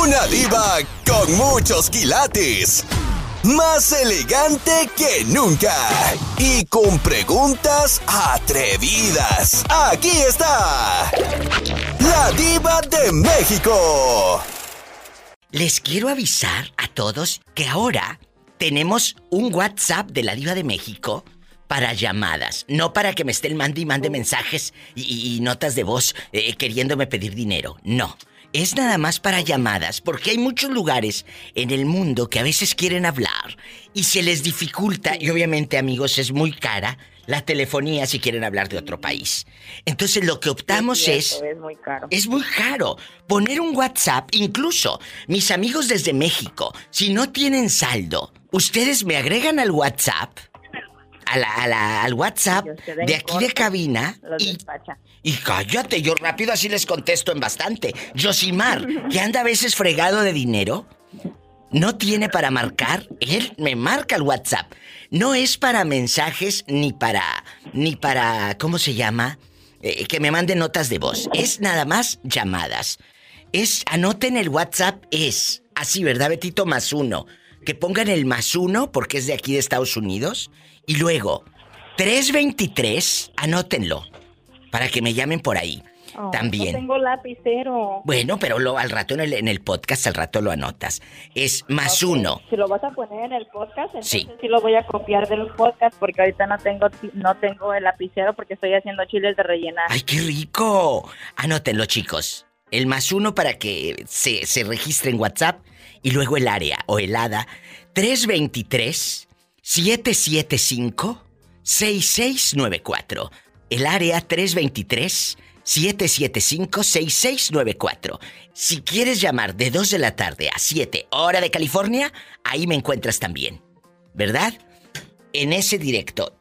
Una diva con muchos quilates, más elegante que nunca y con preguntas atrevidas. Aquí está la Diva de México. Les quiero avisar a todos que ahora tenemos un WhatsApp de la Diva de México para llamadas, no para que me estén mande y mande mensajes y notas de voz queriéndome pedir dinero, no. Es nada más para llamadas, porque hay muchos lugares en el mundo que a veces quieren hablar y se les dificulta, y obviamente, amigos, es muy cara la telefonía si quieren hablar de otro país. Entonces lo que optamos es muy caro. Es muy caro poner un WhatsApp, incluso mis amigos desde México, si no tienen saldo, ustedes me agregan al WhatsApp, al WhatsApp de aquí de cabina y cállate, yo rápido así les contesto en bastante. Yosimar, que anda a veces fregado de dinero, no tiene para marcar, él me marca el WhatsApp. No es para mensajes ni para, ¿cómo se llama? Que me manden notas de voz. Es nada más llamadas. Anoten el WhatsApp, es así, ¿verdad, Betito? +1. Que pongan el +1 porque es de aquí de Estados Unidos. Y luego, 323, anótenlo, para que me llamen por ahí. También. No tengo lapicero. Bueno, pero al rato en el podcast, al rato lo anotas. Es +1. Si lo vas a poner en el podcast, entonces sí lo voy a copiar del podcast, porque ahorita no tengo el lapicero porque estoy haciendo chiles de rellenar. ¡Ay, qué rico! Anótenlo, chicos. El +1 para que se registre en WhatsApp. Y luego el área o el ADA 323-775-6694. El área 323-775-6694. Si quieres llamar de 2 de la tarde a 7, hora de California, ahí me encuentras también, ¿verdad? En ese directo,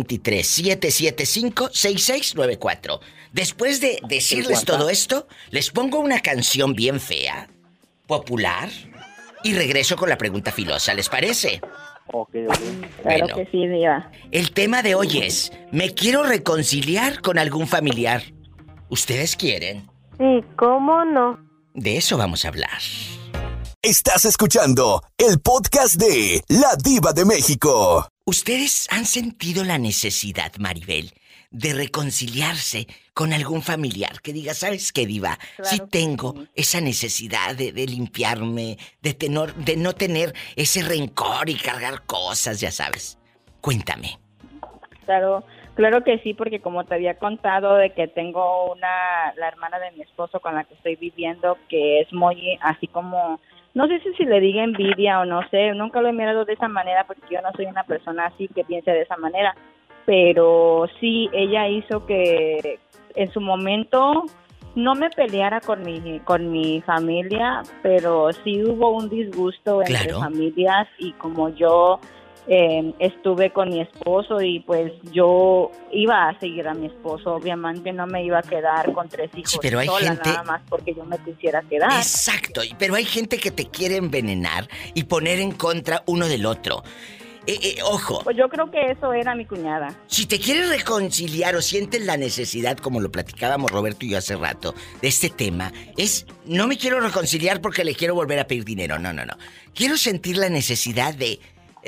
323-775-6694. Después de decirles todo esto, les pongo una canción bien fea, popular, y regreso con la pregunta filosa, ¿les parece? Ok. Bueno, claro que sí, Diva. El tema de hoy es, me quiero reconciliar con algún familiar. ¿Ustedes quieren? Sí, ¿cómo no? De eso vamos a hablar. Estás escuchando el podcast de La Diva de México. ¿Ustedes han sentido la necesidad, Maribel, de reconciliarse con algún familiar? Que diga, ¿sabes qué, Diva? Claro, sí tengo esa necesidad de limpiarme, de no tener ese rencor y cargar cosas, ya sabes. Cuéntame. Claro que sí, porque como te había contado de que tengo la hermana de mi esposo con la que estoy viviendo, que es muy así como, no sé si le diga envidia o no sé, nunca lo he mirado de esa manera porque yo no soy una persona así que piense de esa manera. Pero sí, ella hizo que en su momento no me peleara con mi familia, pero sí hubo un disgusto entre familias, y como yo estuve con mi esposo y pues yo iba a seguir a mi esposo, obviamente no me iba a quedar con 3 hijos, sí, pero hay sola, gente... nada más porque yo me quisiera quedar. Exacto, pero hay gente que te quiere envenenar y poner en contra uno del otro. Ojo. Pues yo creo que eso era mi cuñada. Si te quieres reconciliar o sientes la necesidad, como lo platicábamos Roberto y yo hace rato, de este tema, no me quiero reconciliar porque le quiero volver a pedir dinero, no. Quiero sentir la necesidad de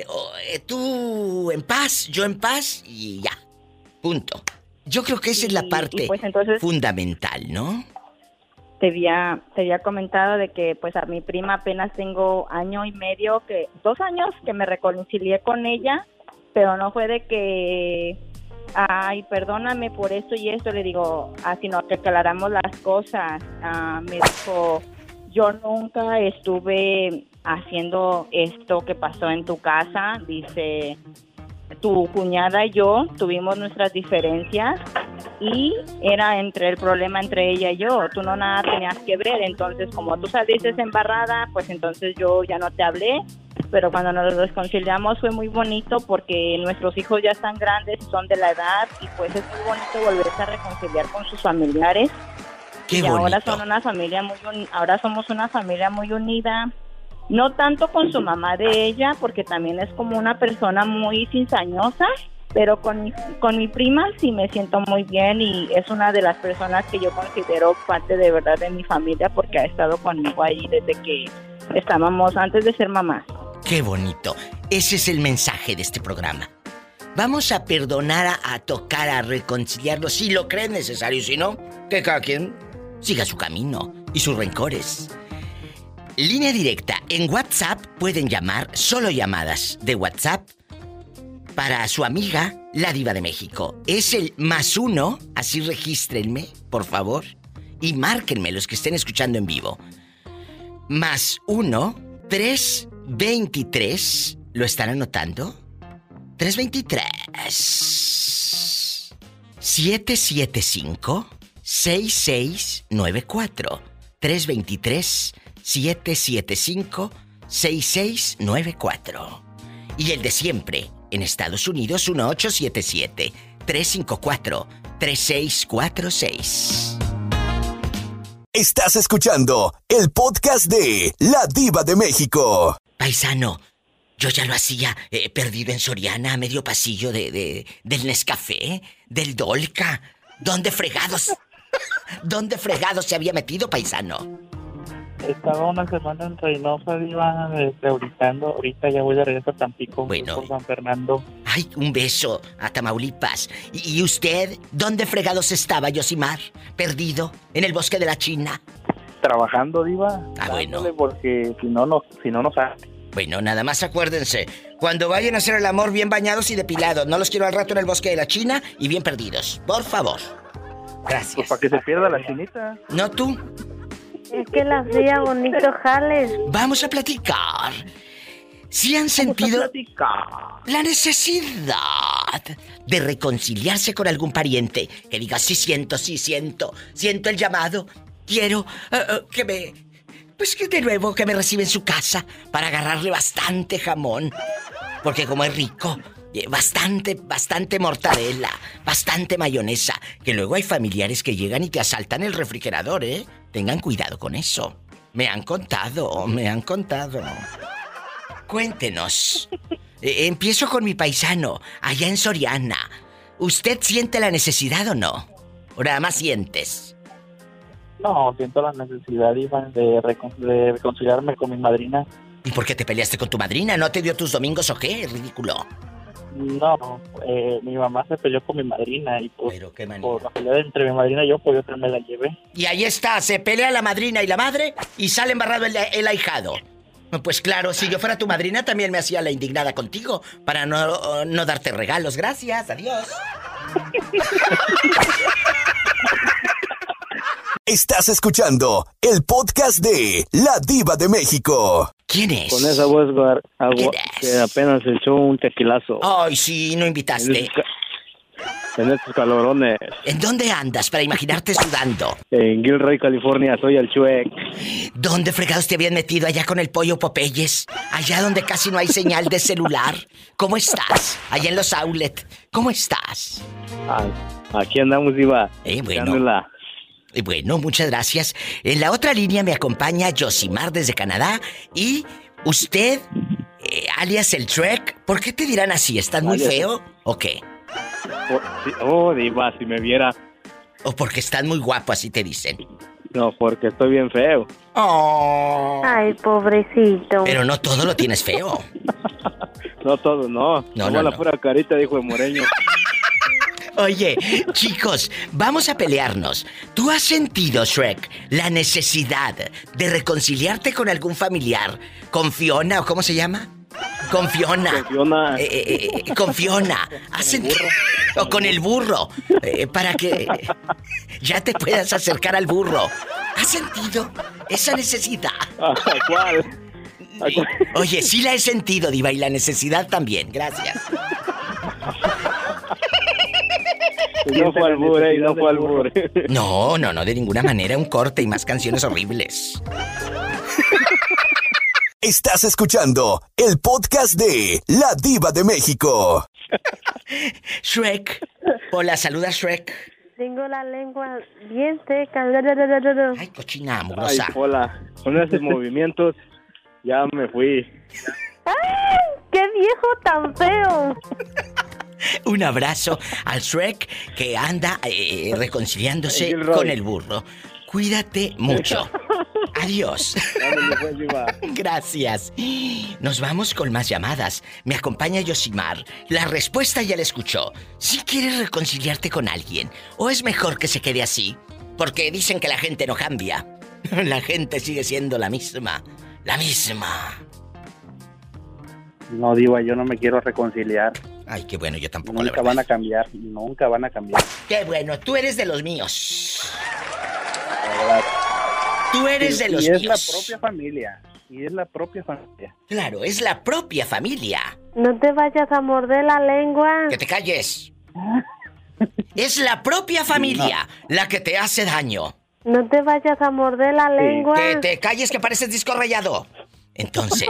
tú en paz, yo en paz y ya, punto. Yo creo que esa es la parte pues entonces, fundamental, ¿no? Te había comentado de que pues a mi prima apenas tengo 2 años que me reconcilié con ella, pero no fue de que, ay, perdóname por esto y esto, le digo, sino que aclaramos las cosas. Me dijo, yo nunca estuve haciendo esto que pasó en tu casa, dice, tu cuñada y yo tuvimos nuestras diferencias y era el problema entre ella y yo, tú no nada tenías que ver, entonces como tú saliste embarrada, pues entonces yo ya no te hablé, pero cuando nos reconciliamos fue muy bonito porque nuestros hijos ya están grandes, son de la edad y pues es muy bonito volverse a reconciliar con sus familiares. Qué y bonito. Ahora somos una familia muy unida. No tanto con su mamá de ella, porque también es como una persona muy cizañosa, pero con mi prima sí me siento muy bien y es una de las personas que yo considero parte de verdad de mi familia porque ha estado conmigo ahí desde que estábamos antes de ser mamás. ¡Qué bonito! Ese es el mensaje de este programa. Vamos a perdonar, a tocar, a reconciliarlo si lo creen necesario, si no, que cada quien siga su camino y sus rencores. Línea directa. En WhatsApp pueden llamar, solo llamadas de WhatsApp para su amiga, la Diva de México. Es el +1, así regístrenme, por favor, y márquenme los que estén escuchando en vivo. +1 323, ¿lo están anotando? 323 775 6694. 323 775 6694. Y el de siempre, en Estados Unidos, 1877 354 3646. Estás escuchando el podcast de La Diva de México. Paisano, yo ya lo hacía, perdido en Soriana, a medio pasillo del Nescafé, del Dolca. ¿Dónde fregados se había metido, paisano? Estaba una semana en Reynosa, Diva, ahorita ya voy de regreso a Tampico, bueno, por San Fernando. Ay, un beso a Tamaulipas. ¿Y usted, dónde fregados estaba, Yosimar? ¿Perdido en el bosque de la China? Trabajando, Diva. Bueno. Porque si no nos sale. Bueno, nada más acuérdense, cuando vayan a hacer el amor bien bañados y depilados, no los quiero al rato en el bosque de la China y bien perdidos, por favor. Gracias. Pues para que se pierda la chinita. ¿No tú? Es que la hacía bonito jales. Vamos a platicar. Si han sentido la necesidad de reconciliarse con algún pariente, que diga, sí siento el llamado, quiero pues que de nuevo que me reciba en su casa para agarrarle bastante jamón, porque como es rico, bastante mortadela, bastante mayonesa, que luego hay familiares que llegan y te asaltan el refrigerador, ¿eh? Tengan cuidado con eso. Me han contado. Cuéntenos. Empiezo con mi paisano, allá en Soriana. ¿Usted siente la necesidad o no? ¿O nada más sientes? No, siento la necesidad, Iván, de reconciliarme con mi madrina. ¿Y por qué te peleaste con tu madrina? ¿No te dio tus domingos o qué? Ridículo. No, mi mamá se peleó con mi madrina y pues, pero qué manera. Por la pelea entre mi madrina y yo, pues yo me la llevé. Y ahí está, se pelea la madrina y la madre y sale embarrado el ahijado. Pues claro, si yo fuera tu madrina también me hacía la indignada contigo para no darte regalos. Gracias, adiós. Estás escuchando el podcast de La Diva de México. ¿Quién es? Con esa voz que apenas echó un tequilazo. Ay, sí, no invitaste. En estos calorones. ¿En dónde andas para imaginarte sudando? En Gilroy, California, soy el Chuec. ¿Dónde fregados te habían metido allá con el pollo Popeyes? Allá donde casi no hay señal de celular. ¿Cómo estás? Allá en los outlets. ¿Cómo estás? Aquí andamos, Diva. Bueno, muchas gracias. En la otra línea me acompaña Yosimar desde Canadá. Y usted, alias el Shrek, ¿por qué te dirán así? ¿Estás muy feo o qué? Diva, si me viera. ¿O porque estás muy guapo, así te dicen? No, porque estoy bien feo. Oh. Ay, pobrecito. Pero no todo lo tienes feo. No todo, no. No, la pura carita, dijo el moreño. Oye, chicos, vamos a pelearnos. ¿Tú has sentido, Shrek, la necesidad de reconciliarte con algún familiar? ¿Con Fiona o cómo se llama? Con Fiona. Con Fiona. ¿Has sentido? O con el burro. Para que ya te puedas acercar al burro. ¿Has sentido esa necesidad? ¿Cuál? Oye, sí la he sentido, Diva, y la necesidad también. Gracias. No fue albur. No, de ninguna manera. Un corte y más canciones horribles. Estás escuchando el podcast de La Diva de México. Shrek. Hola, saluda Shrek. Tengo la lengua bien seca. Ay, cochina, mugrosa. Ay, hola. Con esos movimientos ya me fui. ¡Ay! ¡Qué viejo tan feo! Un abrazo al Shrek que anda reconciliándose con el burro. Cuídate mucho. Adiós. Gracias. Nos vamos con más llamadas. Me acompaña Yosimar. La respuesta ya la escuchó. ¿Sí quieres reconciliarte con alguien? ¿O es mejor que se quede así? Porque dicen que la gente no cambia. La gente sigue siendo la misma. La misma. No, Diva, yo no me quiero reconciliar. Ay, qué bueno, yo tampoco. Nunca van a cambiar, nunca van a cambiar. Qué bueno, tú eres de los míos. Tú eres de los míos. Y es la propia familia. Y es la propia familia. Claro, es la propia familia. No te vayas a morder la lengua. Que te calles. Es la propia familia la que te hace daño. No te vayas a morder la lengua. Que te calles, que pareces disco rayado. Entonces,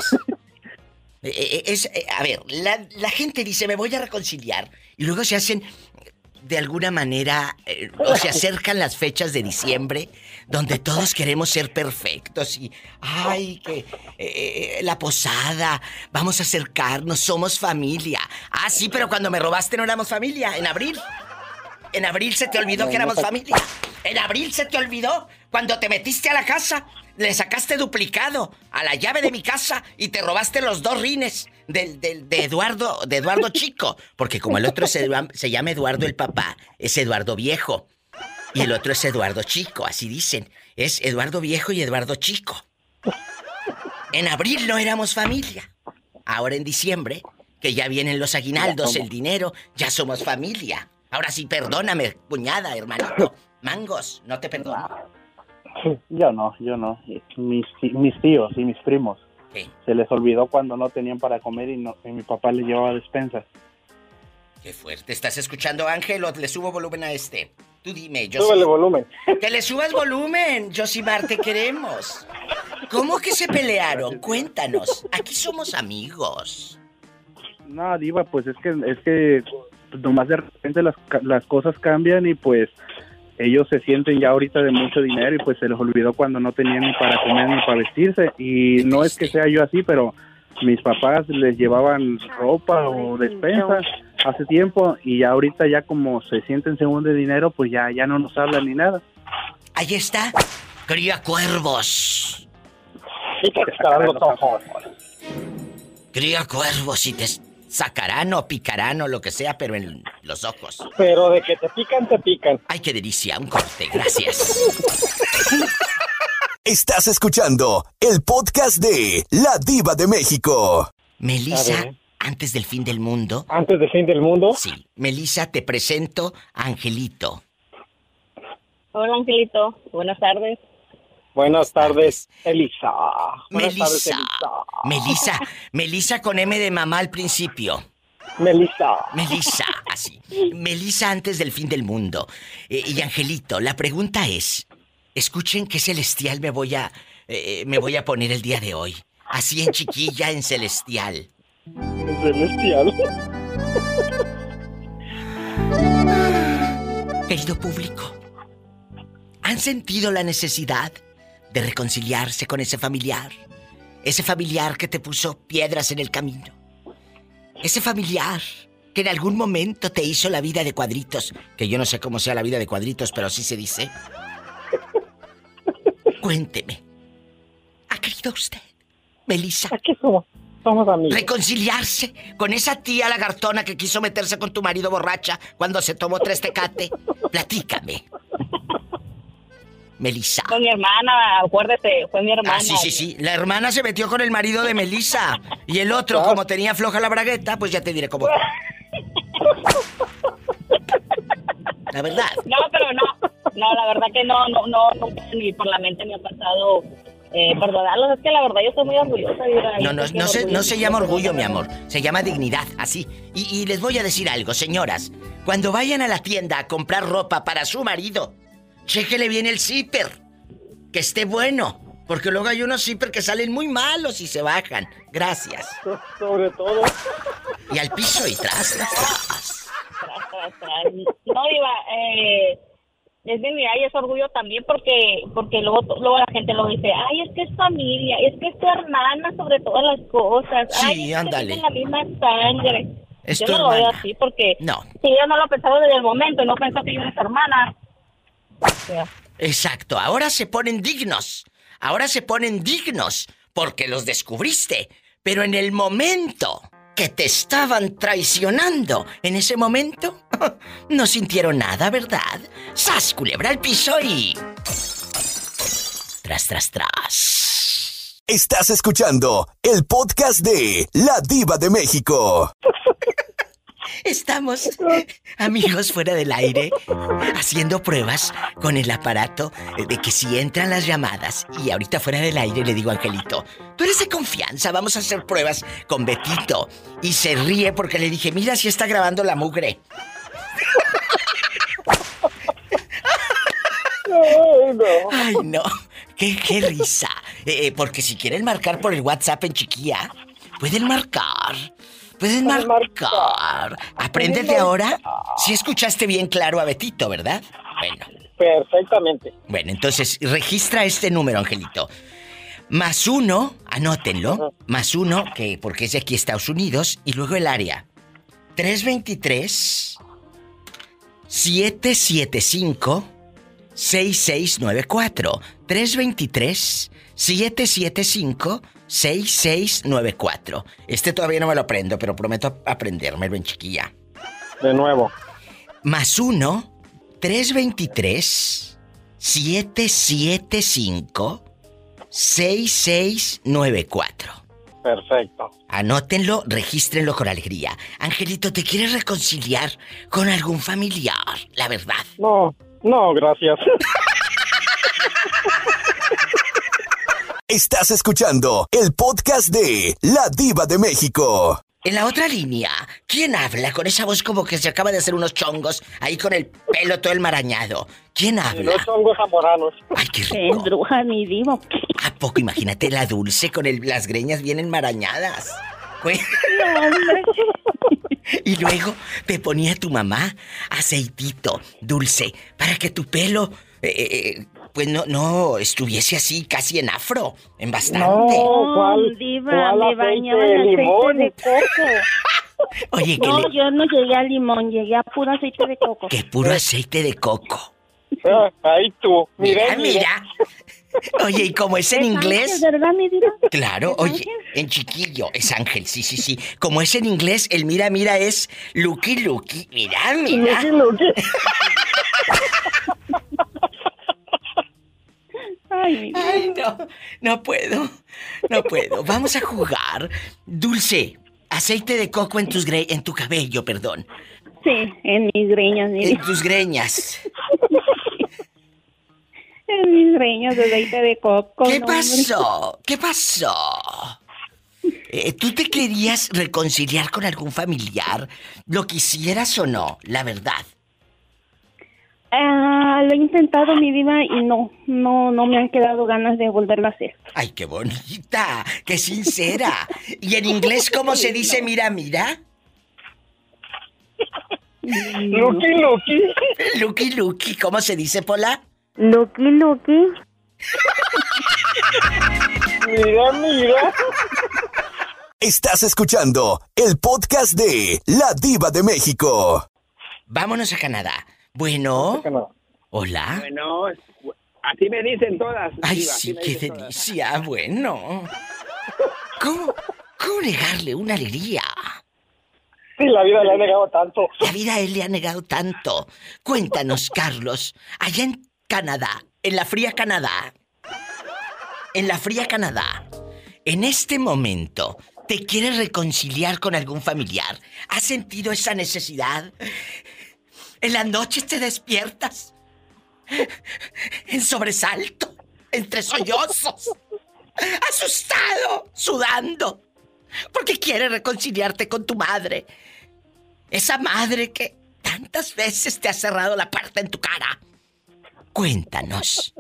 a ver, la gente dice, me voy a reconciliar. Y luego se hacen, de alguna manera, o se acercan las fechas de diciembre, donde todos queremos ser perfectos. Y, ay, que la posada, vamos a acercarnos, somos familia. Ah, sí, pero cuando me robaste no éramos familia, en abril. En abril se te olvidó que éramos familia. En abril se te olvidó cuando te metiste a la casa, le sacaste duplicado a la llave de mi casa y te robaste los 2 rines de Eduardo Chico. Porque como el otro se llama Eduardo el papá, es Eduardo Viejo. Y el otro es Eduardo Chico, así dicen. Es Eduardo Viejo y Eduardo Chico. En abril no éramos familia. Ahora en diciembre, que ya vienen los aguinaldos, el dinero, ya somos familia. Ahora sí, perdóname, cuñada, hermanito. Mangos, no te perdono. Yo no. Mis tíos y mis primos. ¿Qué? Se les olvidó cuando no tenían para comer y mi papá les llevaba despensas. Qué fuerte. ¿Estás escuchando, Ángel, o le subo volumen a este? Tú dime, yo Súbele volumen. ¡Que le subas volumen! Yosimar, te queremos. ¿Cómo que se pelearon? Cuéntanos. Aquí somos amigos. No, Diva, pues es que nomás de repente las cosas cambian y pues ellos se sienten ya ahorita de mucho dinero y pues se les olvidó cuando no tenían ni para comer ni para vestirse. Y no es que sea yo así, pero mis papás les llevaban ropa o despensas hace tiempo y ya ahorita ya como se sienten según de dinero, pues ya no nos hablan ni nada. Ahí está. Cría cuervos. Y te está dando ojos. Cría cuervos y te sacarán o picarán o lo que sea, pero en los ojos. Pero de que te pican, te pican. Ay, qué delicia. Un corte. Gracias. Estás escuchando el podcast de La Diva de México. Melissa, antes del fin del mundo. ¿Antes del fin del mundo? Sí. Melissa, te presento a Angelito. Hola, Angelito. Buenas tardes. Buenas tardes, Elisa. Melissa con M de mamá al principio. Melissa, así. Melissa antes del fin del mundo. Y Angelito, la pregunta es, escuchen qué celestial me voy a poner el día de hoy. Así en chiquilla, en celestial. Querido público, ¿han sentido la necesidad de reconciliarse con ese familiar? Ese familiar que te puso piedras en el camino. Ese familiar que en algún momento te hizo la vida de cuadritos. Que yo no sé cómo sea la vida de cuadritos, pero sí se dice. Cuénteme. ¿Ha querido usted, Melissa? Aquí somos amigos. Reconciliarse con esa tía lagartona que quiso meterse con tu marido borracha cuando se tomó 3 Tecate. Platícame. Melissa. Con mi hermana, acuérdate, fue mi hermana. Ah, sí. La hermana se metió con el marido de Melissa. Y el otro, como tenía floja la bragueta, pues ya te diré cómo. La verdad. No, pero no, la verdad que no, ni por la mente me ha pasado perdonarlos. Es que la verdad yo estoy muy orgullosa. No se llama orgullo, mi amor. Se llama dignidad, así. Y les voy a decir algo, señoras. Cuando vayan a la tienda a comprar ropa para su marido, chéquele bien el zipper, que esté bueno, porque luego hay unos zipper que salen muy malos y se bajan. Gracias. Sobre todo. Y al piso y tras. No, Diva, es dignidad y es orgullo también porque luego la gente lo dice, ay, es que es familia, es que es tu hermana sobre todas las cosas. Sí, ay, ándale. Es la misma sangre. Es yo tu no lo veo hermana. así porque No. si ella no lo pensaba desde el momento, no pensó que yo era su hermana. O sea, Exacto, ahora se ponen dignos. Ahora se ponen dignos porque los descubriste. Pero en el momento que te estaban traicionando, en ese momento, no sintieron nada, ¿verdad? ¡Sas, culebra al piso y... tras, tras, tras! Estás escuchando el podcast de La Diva de México. Estamos, amigos, fuera del aire, haciendo pruebas con el aparato de que si entran las llamadas. Y ahorita fuera del aire le digo a Angelito, tú eres de confianza, vamos a hacer pruebas con Betito. Y se ríe porque le dije, mira si está grabando la mugre. Ay, no, qué risa. Porque si quieren marcar por el WhatsApp en chiquilla, pueden marcar. Pueden marcar. Apréndete ahora. Si escuchaste bien claro a Betito, ¿verdad? Bueno. Perfectamente. Bueno, entonces registra este número, Angelito. +1, anótenlo. +1, que porque es de aquí Estados Unidos, y luego el área. 323-775-6694. 323-775-6694. Este todavía no me lo aprendo, pero prometo aprendérmelo en chiquilla. De nuevo. +1, 323-775-6694. Perfecto. Anótenlo, regístrenlo con alegría. Angelito, ¿te quieres reconciliar con algún familiar? La verdad. No, gracias. Estás escuchando el podcast de La Diva de México. En la otra línea, ¿quién habla con esa voz como que se acaba de hacer unos chongos ahí con el pelo todo enmarañado? ¿Quién habla? Los hongos zamoranos. Ay, qué ¿es rico. bruja mi diva? ¿A poco? Imagínate la Dulce con las greñas bien enmarañadas. No, hombre. Y luego te ponía tu mamá aceitito, Dulce, para que tu pelo, pues no estuviese así casi en afro, en bastante. No, ¿cuál? Diva, ¿cuál me aceite bañaba de en limón? aceite de coco. Oye, No, yo no llegué a limón, llegué a puro aceite de coco. que puro aceite de coco. Ahí tú. Mira. Oye, ¿y como es en inglés? Ángel, ¿verdad, mi diva? Claro, ¿Es oye, Ángel? en chiquillo, es Ángel, sí. Como es en inglés, el mira es Lucky. Mira. Ay, Ay, no puedo. Vamos a jugar. Dulce, aceite de coco en tu cabello, perdón. sí, en mis greñas, mi En diva. tus greñas. En mis greñas de aceite de coco. ¿Qué no, pasó? ¿Tú te querías reconciliar con algún familiar? ¿Lo quisieras o no? La verdad. Lo he intentado, mi diva, y no me han quedado ganas de volverlo a hacer. Ay, qué bonita, qué sincera. ¿Y en inglés cómo se dice mira? Lucky, ¿cómo se dice, Pola? Lucky. Mira. Estás escuchando el podcast de La Diva de México. Vámonos a Canadá. Bueno. Hola. Bueno, así me dicen todas. Ay, Diva, sí, así me qué dicen todas. delicia. Bueno. ¿Cómo negarle una alegría? Sí, la vida le ha negado tanto. La vida a él le ha negado tanto. Cuéntanos, Carlos, allá en Canadá, en la fría Canadá, en este momento, ¿te quieres reconciliar con algún familiar? ¿Has sentido esa necesidad? En las noches te despiertas en sobresalto, entre sollozos, asustado, sudando, porque quieres reconciliarte con tu madre. Esa madre que tantas veces te ha cerrado la puerta en tu cara. Cuéntanos.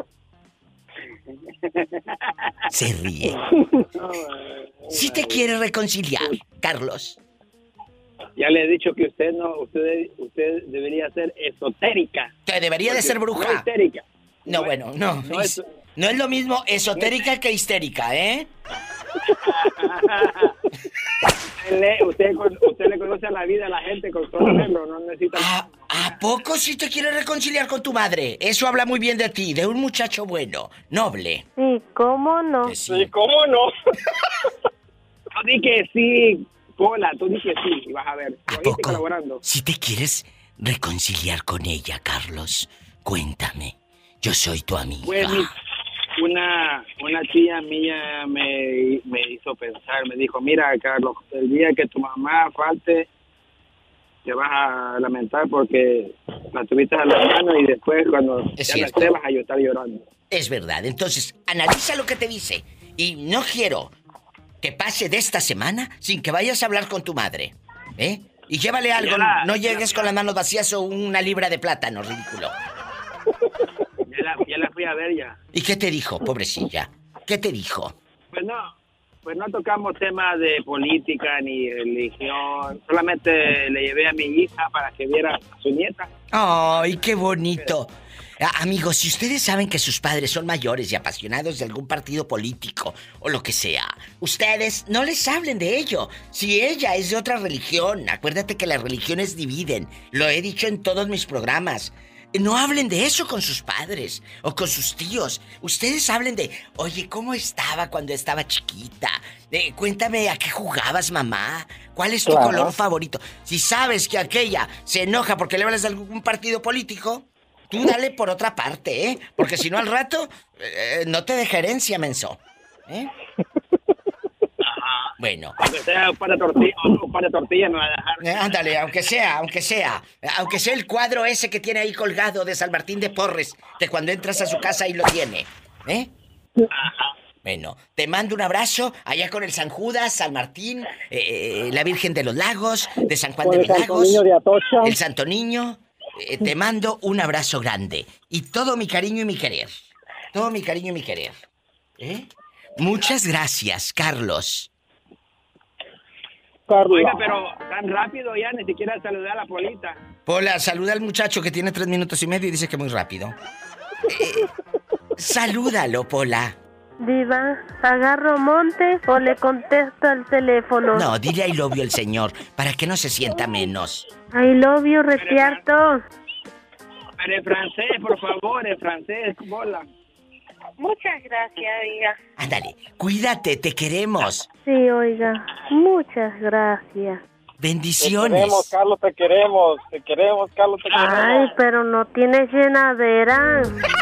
Se ríe. Si te quieres reconciliar, Carlos. Ya le he dicho que usted debería ser esotérica. Te debería de ser bruja. No histérica. No, bueno, no. No es- No es lo mismo esotérica que histérica, ¿eh? Usted le conoce la vida a la gente con todo negro, no necesita... ¿A poco sí te quieres reconciliar con tu madre? Eso habla muy bien de ti, de un muchacho bueno, noble. Sí, ¿cómo no? Sí, ¿cómo no? Tú di que sí, Pola, tú di que sí, y vas a ver. ¿A poco si te quieres reconciliar con ella, Carlos? Cuéntame, yo soy tu amiga. Pues una tía mía me hizo pensar, me dijo, mira, Carlos, el día que tu mamá falte, te vas a lamentar porque la tuviste a la mano y después cuando ya no esté vas a estar llorando. Es verdad, entonces analiza lo que te dice y no quiero que pase de esta semana sin que vayas a hablar con tu madre, ¿eh? Y llévale algo, no llegues con las manos vacías o una libra de plátano, ridículo. Ya la fui a ver ya. ¿Y qué te dijo, pobrecilla? ¿Qué te dijo? Pues no tocamos temas de política ni religión. Solamente le llevé a mi hija para que viera a su nieta. ¡Ay, qué bonito! Amigos, si ustedes saben que sus padres son mayores y apasionados de algún partido político o lo que sea, ustedes no les hablen de ello. Si ella es de otra religión, acuérdate que las religiones dividen. Lo he dicho en todos mis programas. No hablen de eso con sus padres o con sus tíos. Ustedes hablen de, oye, ¿cómo estaba cuando estaba chiquita? Cuéntame a qué jugabas, mamá. ¿Cuál es tu color favorito? Si sabes que aquella se enoja porque le hablas de algún partido político, tú dale por otra parte, ¿eh? Porque si no al rato, no te deja herencia, menso. ¿Eh? Bueno. Aunque sea un par de tortillas me va a dejar. Ándale, aunque sea el cuadro ese que tiene ahí colgado de San Martín de Porres, que cuando entras a su casa ahí lo tiene, ¿eh? Ajá. Bueno, te mando un abrazo allá con el San Judas, San Martín, la Virgen de los Lagos, de San Juan de los Lagos, el Santo Niño. Te mando un abrazo grande y todo mi cariño y mi querer. Todo mi cariño y mi querer. ¿Eh? Muchas gracias, Carlos. Oiga, pero tan rápido ya, ni siquiera saludé a la Polita. Pola, saluda al muchacho que tiene 3 minutos y medio y dice que muy rápido. Salúdalo, Pola. Diva, ¿agarro monte o le contesto al teléfono? No, dile I love you al señor, para que no se sienta menos. I love you, Retiarto. Pero en francés, por favor, en francés, bola. Muchas gracias, oiga. Ándale, cuídate, te queremos. Sí, oiga, muchas gracias. Bendiciones. Te queremos, Carlos, te queremos, Carlos, te queremos. Ay, pero no tienes llenadera.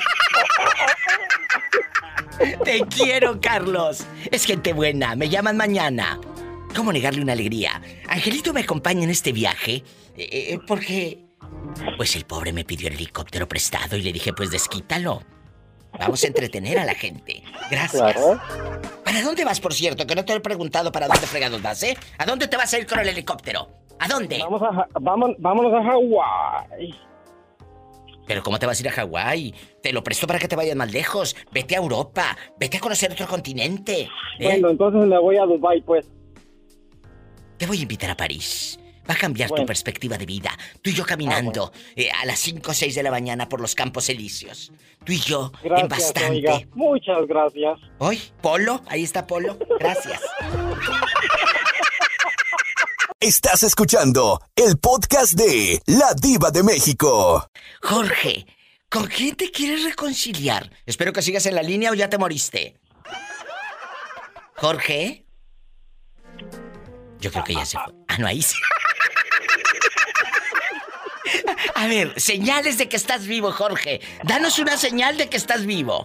Te quiero, Carlos. Es gente buena, me llaman mañana. ¿Cómo negarle una alegría? Angelito me acompaña en este viaje porque... Pues el pobre me pidió el helicóptero prestado y le dije, pues desquítalo. Vamos a entretener a la gente. Gracias. Claro. ¿Para dónde vas, por cierto? Que no te he preguntado para dónde fregados vas, ¿eh? ¿A dónde te vas a ir con el helicóptero? ¿A dónde? Vámonos a Hawái. ¿Pero cómo te vas a ir a Hawái? Te lo presto para que te vayas más lejos. Vete a Europa. Vete a conocer otro continente. Bueno, entonces me voy a Dubái, pues. Te voy a invitar a París. Va a cambiar tu perspectiva de vida. Tú y yo caminando a las 5 o 6 de la mañana por los Campos Elíseos. Tú y yo, gracias, en bastante. Oiga. Muchas gracias. ¿Hoy? ¿Polo? Ahí está Polo. Gracias. Estás escuchando el podcast de La Diva de México. Jorge, ¿con quién te quieres reconciliar? Espero que sigas en la línea o ya te moriste. ¿Jorge? Yo creo que ya se fue. Ah, no, ahí sí. A ver, señales de que estás vivo, Jorge. Danos una señal de que estás vivo.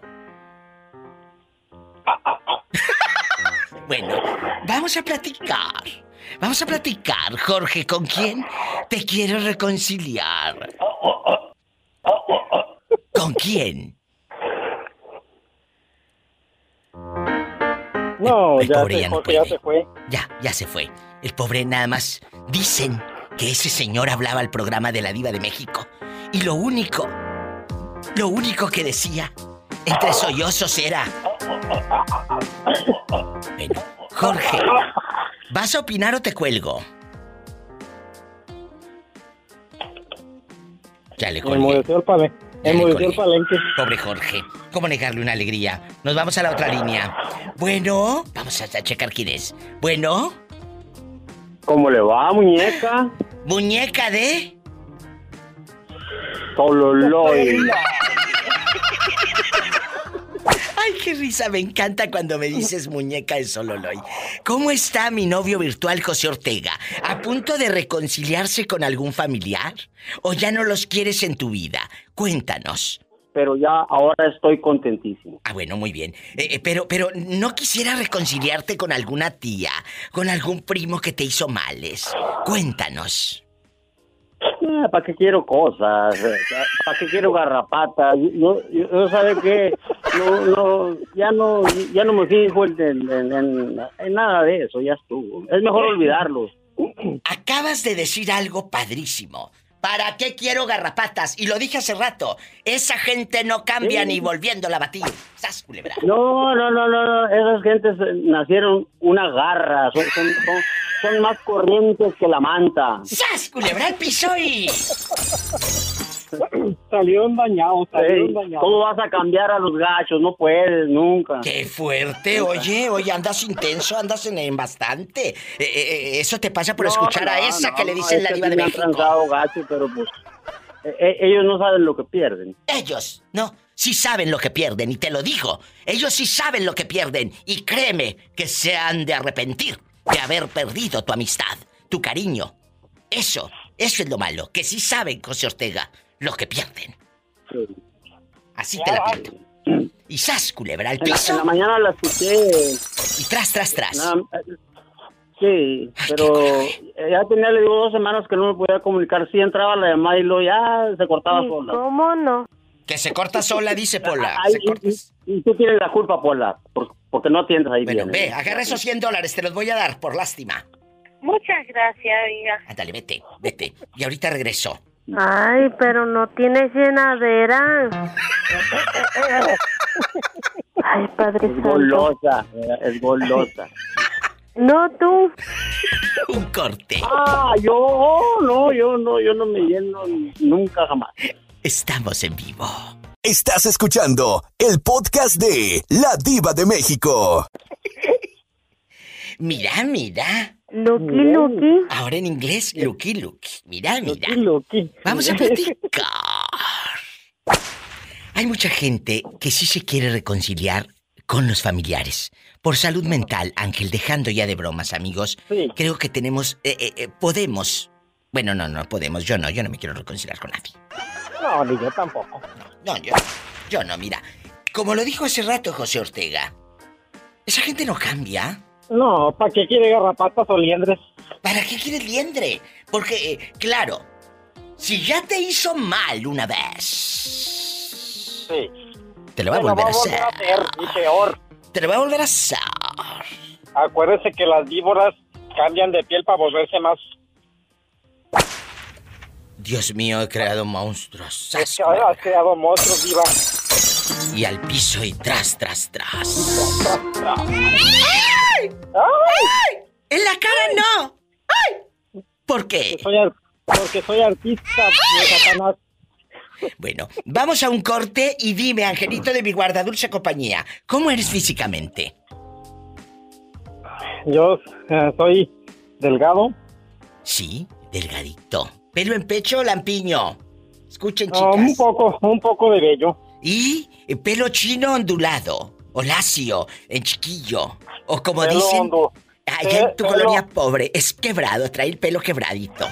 Bueno, vamos a platicar. Vamos a platicar, Jorge, ¿con quién te quieres reconciliar? ¿Con quién? No, ya se fue. Ya se fue. El pobre nada más. Dicen que ese señor hablaba al programa de la Diva de México. Y lo único que decía, entre sollozos, era... Bueno, Jorge, ¿vas a opinar o te cuelgo? Ya le colgué. Enmudeció el palenque. Pobre Jorge, ¿cómo negarle una alegría? Nos vamos a la otra línea. Bueno, vamos a checar quién es. Bueno. ¿Cómo le va, muñeca? ¿Muñeca de? Sololoy. Ay, qué risa, me encanta cuando me dices muñeca de Sololoy. ¿Cómo está mi novio virtual José Ortega? ¿A punto de reconciliarse con algún familiar? ¿O ya no los quieres en tu vida? Cuéntanos. Pero ya ahora estoy contentísimo. Ah, bueno, muy bien. Pero ¿no quisiera reconciliarte con alguna tía, con algún primo que te hizo males? Cuéntanos. ¿Para qué quiero cosas? ¿Para qué quiero garrapatas? Yo ¿sabe qué? Ya no me fijo en nada de eso, ya estuvo. Es mejor olvidarlos. Acabas de decir algo padrísimo. ¿Para qué quiero garrapatas? Y lo dije hace rato. Esa gente no cambia ni volviéndola a batir. ¡Sas, culebra! No. Esas gentes nacieron una garra. Son más corrientes que la manta. ¡Sas, culebra al piso y... Salieron dañados. ¿Cómo vas a cambiar a los gachos? No puedes, nunca. ¡Qué fuerte! Oye, andas intenso, andas en bastante. Eso te pasa por escuchar a esa que le dicen la diva de México. Me han transado gacho, pero pues... ellos no saben lo que pierden. Ellos, no, sí saben lo que pierden, y te lo digo. Ellos sí saben lo que pierden, y créeme que se han de arrepentir de haber perdido tu amistad, tu cariño. Eso es lo malo, que sí saben, José Ortega, lo que pierden. Sí. Así te la pinto. Y ¡zas, culebra al piso! En la mañana la escuché. Y tras. Sí, pero ya tenía, le digo, 2 semanas que no me podía comunicar. Sí entraba la llamada y luego ya se cortaba sola. ¿Cómo no? Que se corta sola, dice Pola. Y tú tienes la culpa, Pola, porque no atiendes ahí bien. Bueno, ve, agarra esos $100, te los voy a dar, por lástima. Muchas gracias, hija. Ándale, vete. Y ahorita regreso. Ay, pero no tienes llenadera. Ay, Padre Santo. Es golosa. No, tú. Un corte. Yo no me lleno nunca jamás. Estamos en vivo. Estás escuchando el podcast de La Diva de México. Mira. Lucky. Ahora en inglés, Lucky. Mira. Lucky. Vamos a platicar. Hay mucha gente que sí se quiere reconciliar con los familiares. Por salud mental, Ángel, dejando ya de bromas, amigos. Sí. Creo que tenemos... podemos... Bueno, no podemos. Yo no me quiero reconciliar con nadie. No, ni yo tampoco. No, yo no, mira. Como lo dijo hace rato José Ortega, esa gente no cambia. No, ¿para qué quiere garrapatas o liendres? ¿Para qué quiere liendre? Porque, claro, si ya te hizo mal una vez... Sí. Te lo va a volver a hacer. Y peor. Te lo va a volver a hacer. Acuérdese que las víboras cambian de piel para volverse más... Dios mío, he creado monstruos. Has creado monstruos, diva. Y al piso y tras. ¡Ay! ¡En la cara no! ¡Ay! ¿Por qué? Porque soy artista de Satanás. Bueno, vamos a un corte y dime, Angelito de mi guardadulce compañía, ¿cómo eres físicamente? Yo soy delgado. Sí, delgadito. ¿Pelo en pecho o lampiño? Escuchen, chicas. Un poco de vello. ¿Y pelo chino ondulado? ¿O lacio, en chiquillo? O como pelo dicen... Allá en tu colonia pobre, es quebrado, trae el pelo quebradito.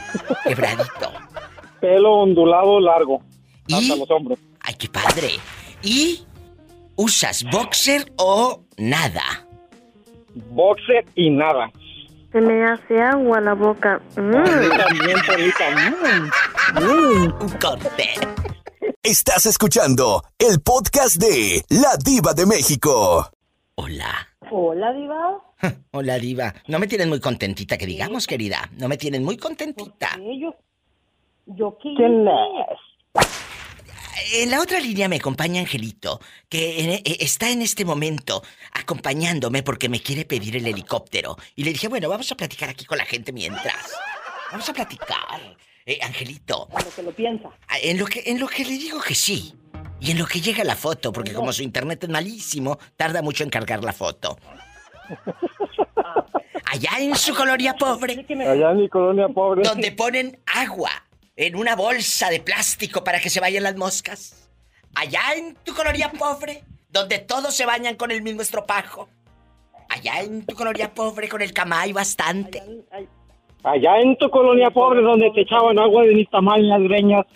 Pelo ondulado largo. ¿Y? Hasta los hombros. ¡Ay, qué padre! ¿Y usas boxer o nada? Boxer y nada. Se me hace agua la boca. También, Polita. Un corte. Estás escuchando el podcast de La Diva de México. Hola. Hola, Diva. Hola, Diva. No me tienen muy contentita, que digamos, querida. No me tienen muy contentita. ¿Yo qué? ¿Quién es? En la otra línea me acompaña Angelito, que está en este momento acompañándome porque me quiere pedir el helicóptero. Y le dije, bueno, vamos a platicar aquí con la gente mientras. Vamos a platicar. Angelito. En lo que lo piensa. En lo que le digo que sí. Y en lo que llega la foto, porque como su internet es malísimo, tarda mucho en cargar la foto. Allá en su colonia pobre. Allá en mi colonia pobre. Donde ponen agua en una bolsa de plástico para que se vayan las moscas. Allá en tu colonia pobre, donde todos se bañan con el mismo estropajo. Allá en tu colonia pobre con el camay bastante. Allá en tu colonia pobre donde te echaban agua de nixtamal en las greñas.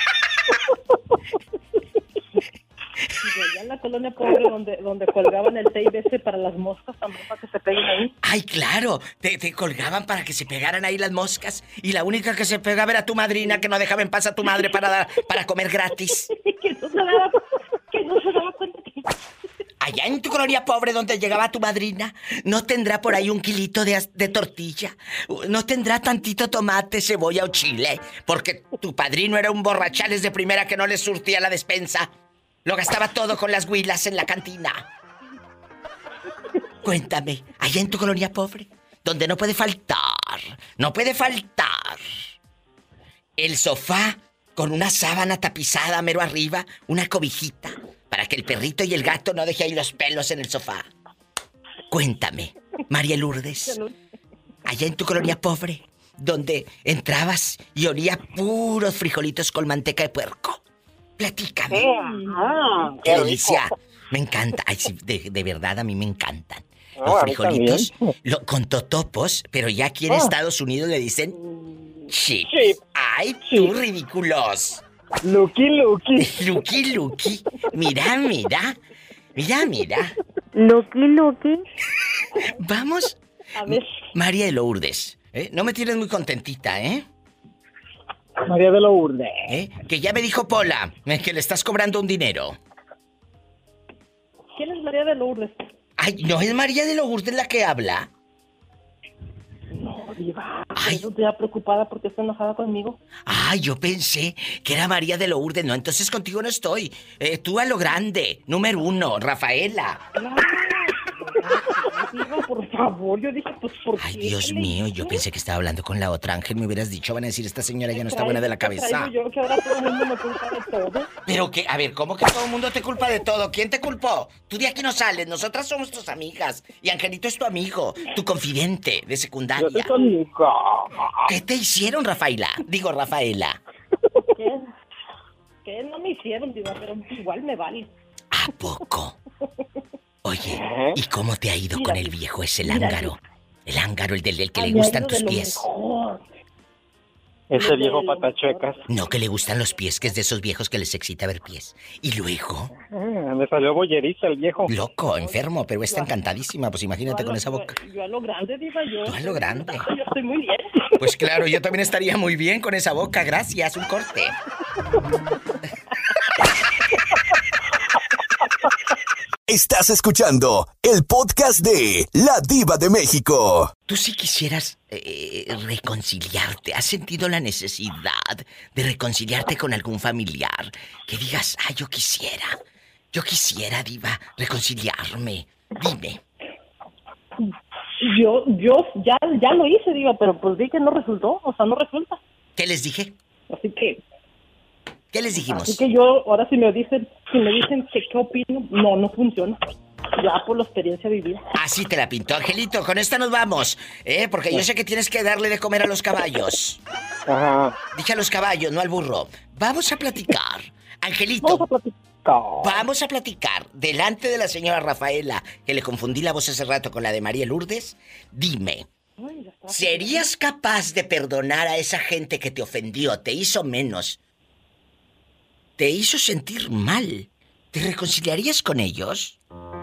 Y allá en la colonia pobre donde colgaban el tape ese para las moscas también para que se peguen ahí. Ay, claro, te colgaban para que se pegaran ahí las moscas y la única que se pegaba era tu madrina que no dejaba en paz a tu madre para comer gratis. que no se daba cuenta que... Allá en tu colonia pobre donde llegaba tu madrina, ¿no tendrá por ahí un kilito de tortilla? ¿No tendrá tantito tomate, cebolla o chile? Porque tu padrino era un borrachales de primera que no le surtía la despensa. Lo gastaba todo con las huilas en la cantina. Cuéntame, allá en tu colonia pobre, donde no puede faltar el sofá con una sábana tapizada mero arriba, una cobijita, para que el perrito y el gato no dejen ahí los pelos en el sofá. Cuéntame, María Lourdes, allá en tu colonia pobre, donde entrabas y olía puros frijolitos con manteca de puerco. Platícame. ¡Qué delicia! Me encanta. Ay, sí, de verdad, a mí me encantan. Los frijolitos con totopos, pero ya aquí en Estados Unidos le dicen chips. ¡Ay, tú, ridículos! Lucky. Lucky. Mira. Lucky. Vamos. A ver. María de Lourdes, no me tienes muy contentita, ¿eh? María de Lourdes. Que ya me dijo Pola que le estás cobrando un dinero. ¿Quién es María de Lourdes? Ay, ¿no es María de Lourdes la que habla? No, diva. Estoy ya preocupada porque está enojada conmigo. Ay, yo pensé que era María de Lourdes. No, entonces contigo no estoy. Tú a lo grande. Número 1, Rafaela. Diva, por favor, yo dije, pues, ¿por qué? Ay, Dios mío, yo pensé que estaba hablando con la otra. Ángel, me hubieras dicho, van a decir, esta señora ya no está buena de la cabeza. Yo que ahora todo el mundo me culpa de todo. Pero que, a ver, ¿cómo que todo el mundo te culpa de todo? ¿Quién te culpó? Tú de aquí no sales, nosotras somos tus amigas. Y Angelito es tu amigo, tu confidente de secundaria. Yo soy tu amigo. ¿Qué te hicieron, Rafaela? Digo, Rafaela. ¿Qué no me hicieron, diva? Pero igual me vale. ¿A poco? Oye, ¿y cómo te ha ido con el viejo ese lángaro? El lángaro, el del que le gustan tus pies. Ese viejo patachuecas. No, que le gustan los pies, que es de esos viejos que les excita ver pies. Y luego... me salió boyerista el viejo. Loco, enfermo, pero está encantadísima. Pues imagínate con esa boca. Yo a lo grande, diva, yo. Tú a lo grande. Yo estoy muy bien. Pues claro, yo también estaría muy bien con esa boca. Gracias, un corte. Estás escuchando el podcast de La Diva de México. Tú sí quisieras reconciliarte. ¿Has sentido la necesidad de reconciliarte con algún familiar? Que digas, yo quisiera, diva, reconciliarme. Dime. Yo ya lo hice, diva, pero pues vi que no resultó, o sea, no resulta. ¿Qué les dije? Así que... ¿Qué les dijimos? Así que yo, ahora si me dicen que qué opino, no funciona. Ya por la experiencia vivida. Así te la pintó, Angelito. Con esta nos vamos, porque yo sé que tienes que darle de comer a los caballos. Ajá. Dije a los caballos, no al burro. Vamos a platicar. Angelito. Vamos a platicar delante de la señora Rafaela, que le confundí la voz hace rato con la de María Lourdes. Dime, ¿serías capaz de perdonar a esa gente que te ofendió, te hizo menos, te hizo sentir mal? ¿Te reconciliarías con ellos?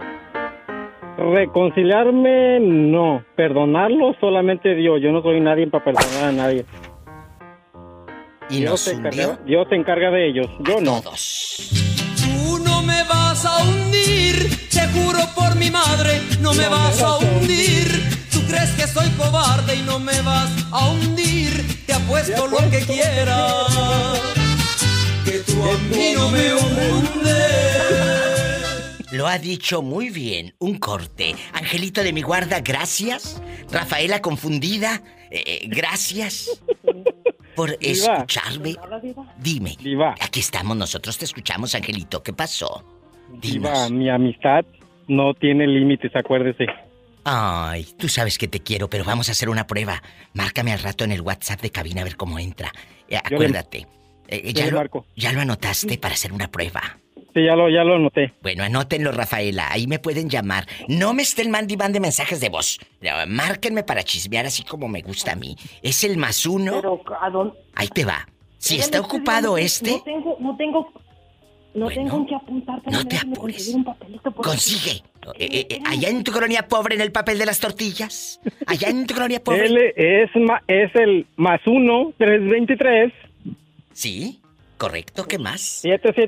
Reconciliarme, no. Perdonarlo solamente Dios. Yo no soy nadie para perdonar a nadie. ¿Y nos hundió? Dios se encarga de ellos, yo no. Todos. Tú no me vas a hundir, te juro por mi madre, no me vas a hundir. Tú crees que soy cobarde y no me vas a hundir. Te apuesto lo que quieras, que tú a mí no me hundes. Lo ha dicho muy bien. Un corte. Angelito de mi guarda, gracias. Rafaela confundida, gracias por escucharme. Dime, Diva. Aquí estamos, nosotros te escuchamos, Angelito. ¿Qué pasó? Diva, mi amistad no tiene límites, acuérdese. Ay, tú sabes que te quiero, pero vamos a hacer una prueba. Márcame al rato en el WhatsApp de cabina a ver cómo entra. Acuérdate. Ya lo anotaste para hacer una prueba. Sí, ya lo anoté. Bueno, anótenlo, Rafaela. Ahí me pueden llamar. No me estén mandando mensajes de voz. Márquenme para chismear así como me gusta a mí. Es el +1. Pero, ¿a dónde? Ahí te va. Si está ocupado este... No tengo en qué apuntar para no te apures. Un papelito por Consigue. Allá en tu colonia pobre, en el papel de las tortillas. Allá en tu colonia pobre. Él es el +1 323. Sí, correcto. ¿Qué más?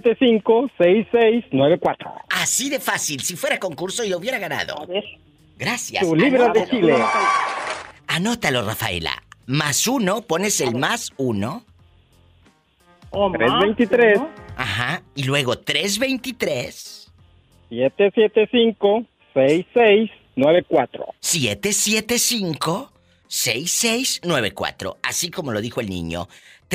775-6694. Así de fácil. Si fuera concurso yo hubiera ganado. A ver. Gracias. Tu libra de Chile. Anótalo, Rafaela. +1, pones el +1. 323. Ajá. Y luego 323. 775-6694. 775-6694. Así como lo dijo el niño.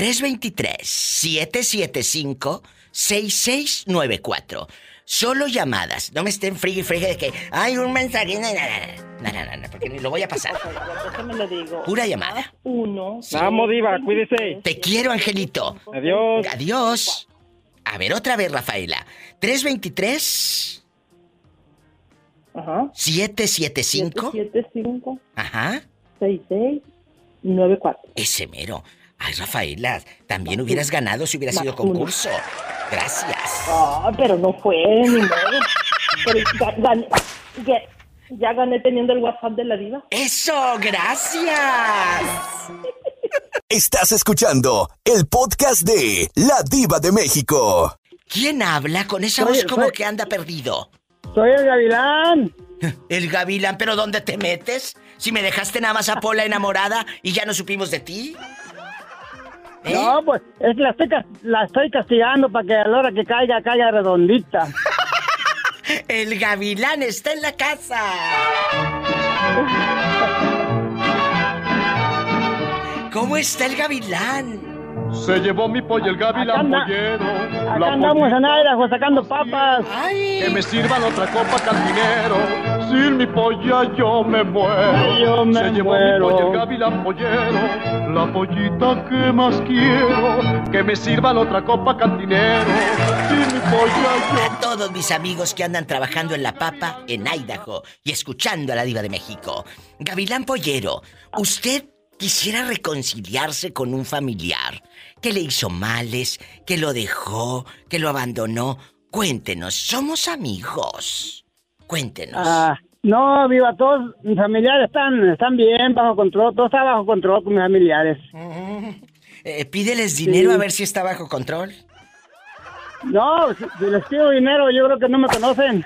323-775-6694. Solo llamadas. No me estén friegue de que hay un mensaje. No, porque ni lo voy a pasar. Déjame le digo. Pura llamada. Vamos, diva, cuídese. Te quiero, Angelito. Adiós. Adiós. A ver, otra vez, Rafaela. 323. Ajá. 775. 775. Ajá. 6694. Ese mero. Ay, Rafaela, también hubieras ganado si hubiera sido concurso. Gracias. Pero no fue, ni modo. Pero ya gané teniendo el WhatsApp de la diva. ¡Eso! ¡Gracias! Estás escuchando el podcast de La Diva de México. ¿Quién habla con esa voz como que anda perdido? Soy el Gavilán. El Gavilán, ¿pero dónde te metes? Si me dejaste nada más a Pola enamorada y ya no supimos de ti. No, pues es que la estoy castigando para que a la hora que caiga redondita. El Gavilán está en la casa. ¿Cómo está el Gavilán? Se llevó mi pollo el gavilán pollero. Acá andamos en Idaho sacando papas. Ay. Que me sirvan otra copa cantinero. Sin mi polla yo me muero. Se llevó mi pollo el gavilán pollero. La pollita que más quiero. Que me sirvan otra copa cantinero. Sin mi polla yo... A todos mis amigos que andan trabajando en la papa en Idaho y escuchando a la Diva de México. Gavilán Pollero, ¿usted quisiera reconciliarse con un familiar que le hizo males, que lo dejó, que lo abandonó? Cuéntenos, somos amigos. Cuéntenos. No, viva, todos mis familiares están bien, bajo control, todo está bajo control con mis familiares. Pídeles dinero a ver si está bajo control. No, si les pido dinero, yo creo que no me conocen.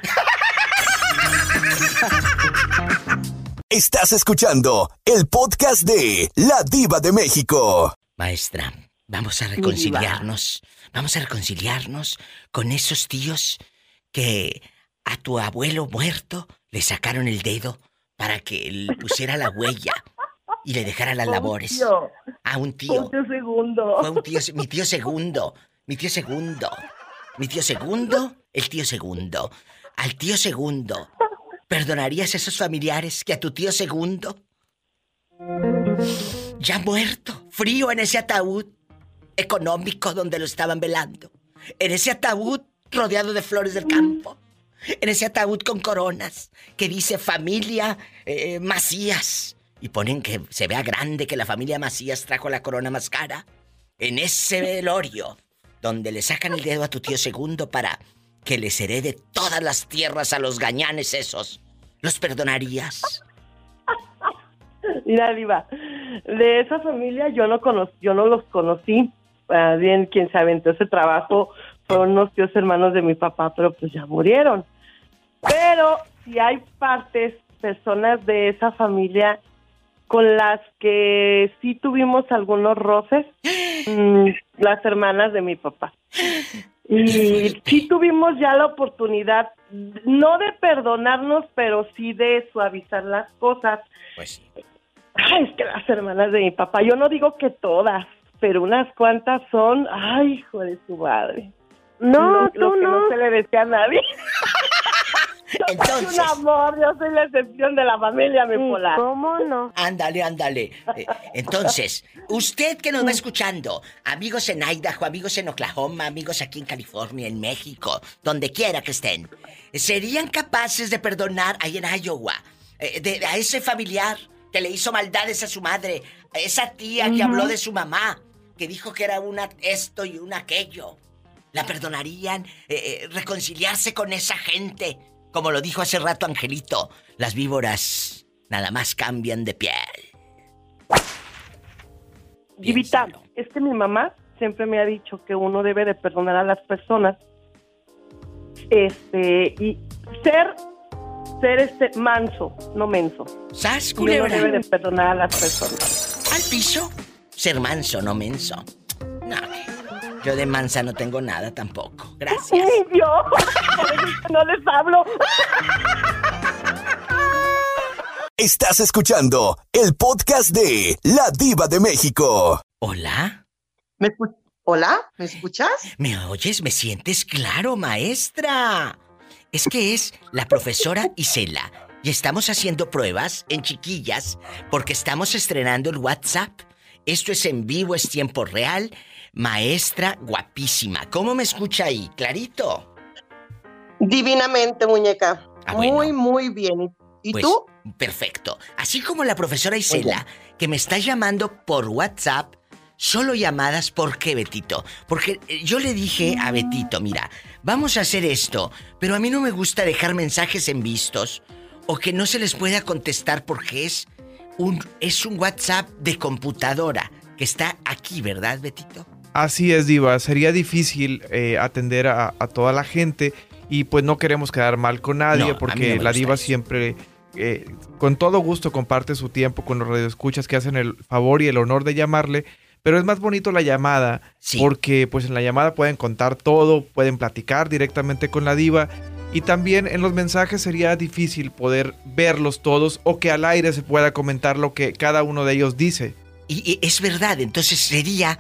Estás escuchando el podcast de La Diva de México. Maestra, vamos a reconciliarnos. Vamos a reconciliarnos con esos tíos que a tu abuelo muerto le sacaron el dedo para que le pusiera la huella y le dejara las labores. A un tío. Un tío segundo. Fue un tío, mi tío segundo. Mi tío segundo. Mi tío segundo, el tío segundo. Al tío segundo. ¿Perdonarías a esos familiares que a tu tío segundo? Ya muerto, frío en ese ataúd económico donde lo estaban velando. En ese ataúd rodeado de flores del campo. En ese ataúd con coronas que dice familia Macías. Y ponen que se vea grande que la familia Macías trajo la corona más cara. En ese velorio donde le sacan el dedo a tu tío segundo para que les herede todas las tierras a los gañanes esos. ¿Los perdonarías? Mira, Diva, de esa familia yo no los conocí. Bien, quien se aventó ese trabajo fueron unos tíos hermanos de mi papá, pero pues ya murieron. Pero sí hay personas de esa familia con las que sí tuvimos algunos roces, las hermanas de mi papá. Y sí tuvimos ya la oportunidad, no de perdonarnos, pero sí de suavizar las cosas. Pues sí. Ay, es que las hermanas de mi papá, yo no digo que todas, pero unas cuantas son, ay, hijo de su madre. No, lo que no se le decía a nadie. Entonces, un amor, yo soy la excepción de la familia, mi Pola. ¿Cómo no? Ándale. Entonces, usted que nos va escuchando, amigos en Idaho, amigos en Oklahoma, amigos aquí en California, en México, donde quiera que estén, ¿serían capaces de perdonar ahí en Iowa a ese familiar que le hizo maldades a su madre, a esa tía que habló de su mamá, que dijo que era una esto y una aquello? ¿La perdonarían? ¿Reconciliarse con esa gente? Como lo dijo hace rato Angelito, las víboras nada más cambian de piel. Divita, es que mi mamá siempre me ha dicho que uno debe de perdonar a las personas y ser manso, no menso. ¿Sas, Uno culebra? debe de perdonar a las personas. ¿Al piso? Ser manso, no menso. No, yo de mansa no tengo nada tampoco. Gracias. Ni yo, por eso es que no les hablo. Estás escuchando el podcast de La Diva de México. ¿Hola? ¿Hola? ¿Me escuchas? ¿Me oyes? ¿Me sientes claro, maestra? Es que es la profesora Isela y estamos haciendo pruebas en chiquillas porque estamos estrenando el WhatsApp. Esto es en vivo, es tiempo real. Maestra guapísima. ¿Cómo me escucha ahí? ¿Clarito? Divinamente, muñeca. Bueno. Muy bien. ¿Y Pues, tú? Perfecto. Así como la profesora Isela, que me está llamando por WhatsApp, solo llamadas, ¿por qué, Betito? Porque yo le dije a Betito, mira, vamos a hacer esto, pero a mí no me gusta dejar mensajes en vistos o que no se les pueda contestar porque es un WhatsApp de computadora que está aquí, ¿verdad, Betito? Así es, Diva. Sería difícil atender a toda la gente y pues no queremos quedar mal con nadie, No, porque la Diva siempre, con todo gusto, comparte su tiempo con los radioescuchas que hacen el favor y el honor de llamarle. Pero es más bonito la llamada, porque pues en la llamada pueden contar todo, pueden platicar directamente con la Diva. Y también en los mensajes sería difícil poder verlos todos o que al aire se pueda comentar lo que cada uno de ellos dice. Y es verdad, entonces sería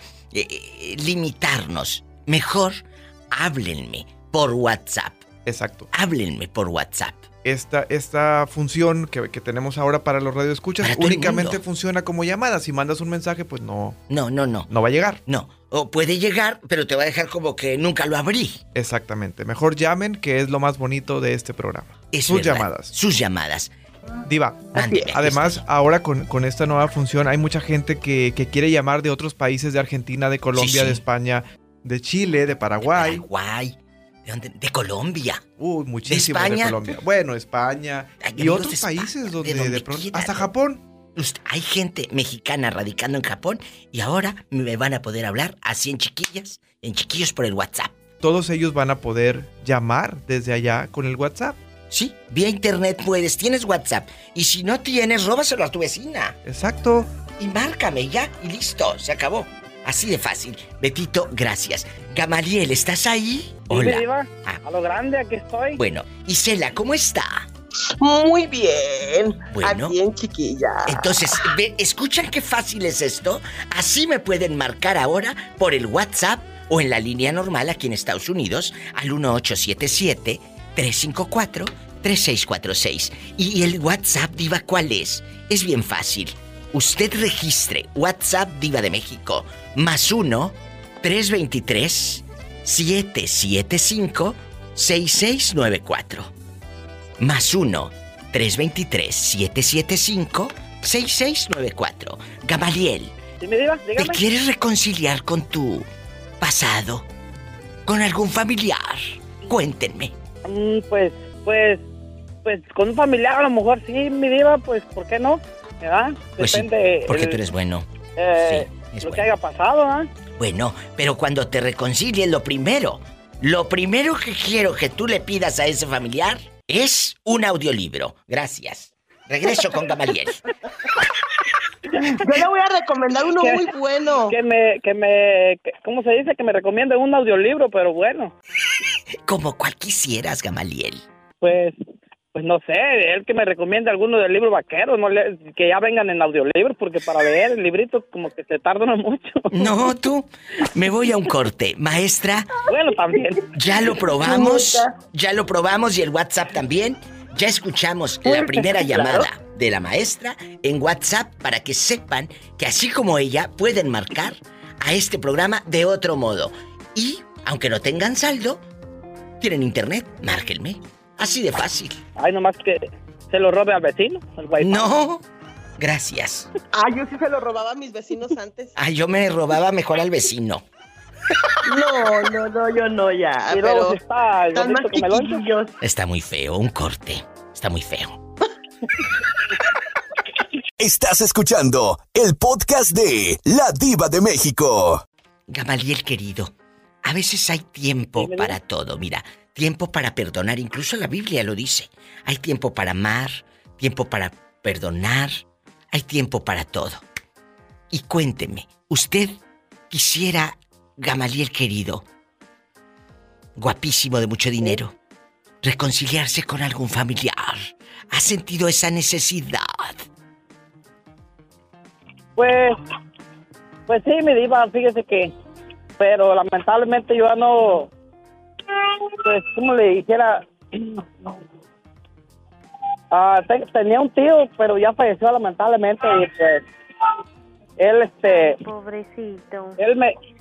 limitarnos. Mejor háblenme por WhatsApp. Exacto. Háblenme por WhatsApp. Esta función que tenemos ahora para los radioescuchas Para todo el únicamente mundo. funciona como llamada. Si mandas un mensaje, pues no va a llegar. No, o puede llegar, pero te va a dejar como que nunca lo abrí. Exactamente. Mejor llamen, que es lo más bonito de este programa. Es Sus verdad, llamadas. Sus llamadas. Diva, Mándeme, además, ahora con esta nueva función hay mucha gente que quiere llamar de otros países, de Argentina, de Colombia, Sí. de España, de Chile, de Paraguay. ¿De dónde? De Colombia. Uy, muchísimo de, España? Colombia. Bueno, España y amigos otros de España, países de donde donde de pronto, quiera. hasta Japón. Hay gente mexicana radicando en Japón y ahora me van a poder hablar así en chiquillos por el WhatsApp. Todos ellos van a poder llamar desde allá con el WhatsApp. Sí, vía internet puedes, tienes WhatsApp. Y si no tienes, róbaselo a tu vecina. Exacto. Y márcame ya, y listo, se acabó. Así de fácil. Betito, gracias. Gamaliel, ¿estás ahí? Hola. Diva, a lo grande, aquí estoy. Bueno, Isela, ¿cómo está? Muy bien. Bueno. Aquí en chiquilla. Entonces, ¿escuchan qué fácil es esto? Así me pueden marcar ahora por el WhatsApp o en la línea normal aquí en Estados Unidos al 1877-354-3646. ¿Y el WhatsApp, Diva, cuál es? Es bien fácil. Usted registre WhatsApp Diva de México más 1-323-775-6694. Más 1-323-775-6694. Gamaliel, Dime, Diva, ¿te dígame. quieres reconciliar con tu pasado? ¿Con algún familiar? Cuéntenme. Pues, con un familiar a lo mejor sí, mi Diva, pues, ¿por qué no? ¿Verdad? Pues sí, Depende. porque tú eres bueno. Sí, es lo bueno. que haya pasado, ¿ah? Bueno, pero cuando te reconcilies, lo primero que quiero que tú le pidas a ese familiar es un audiolibro. Gracias. Regreso con Gamaliel. Yo le voy a recomendar uno muy bueno. ¿Cómo se dice? Que me recomiende un audiolibro, pero bueno. Como cual quisieras, Gamaliel. Pues, pues no sé, él que me recomienda alguno del libro vaquero, que ya vengan en audiolibro, porque para leer el librito como que se tarda mucho. No, tú, me voy a un corte. Maestra. Bueno, también. Ya lo probamos y el WhatsApp también. Ya escuchamos la primera llamada de la maestra en WhatsApp para que sepan que así como ella pueden marcar a este programa de otro modo. Y, aunque no tengan saldo, tienen internet, márquenme. Así de fácil. Ay, nomás que se lo robe al vecino, el Wi-Fi. No, gracias. Yo sí se lo robaba a mis vecinos antes. Yo me robaba mejor al vecino. No, yo no ya. Y luego está el tan más chiquillos. Está muy feo, un corte. Está muy feo. Estás escuchando el podcast de La Diva de México. Gamaliel querido, a veces hay tiempo para todo, mira. Tiempo para perdonar, incluso la Biblia lo dice. Hay tiempo para amar, tiempo para perdonar, hay tiempo para todo. Y cuénteme, ¿usted quisiera, Gamaliel querido, guapísimo de mucho dinero, reconciliarse con algún familiar? ¿Ha sentido esa necesidad? Pues sí, mi diva, fíjese que... Pero lamentablemente yo no... Pues, ¿cómo le dijera? Tenía un tío, pero ya falleció lamentablemente y pues... Él, Pobrecito. Él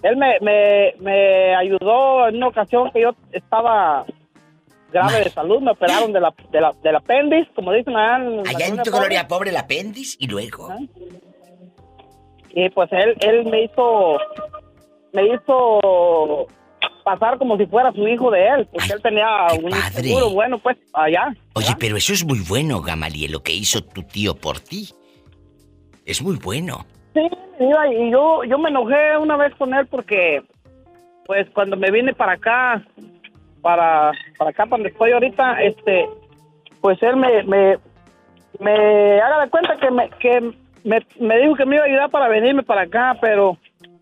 me ayudó en una ocasión que yo estaba grave de salud, me operaron del apéndice, como dicen allá en tu colonia pobre, el apéndice, y luego... Y pues él me hizo pasar como si fuera su hijo de él, porque él tenía un seguro bueno, pues, allá. Oye, pero eso es muy bueno, Gamaliel, lo que hizo tu tío por ti. Es muy bueno. Sí, mira, y yo me enojé una vez con él porque, pues, cuando me vine para acá, para acá donde estoy ahorita, pues él me haga de cuenta que me dijo que me iba a ayudar para venirme para acá, pero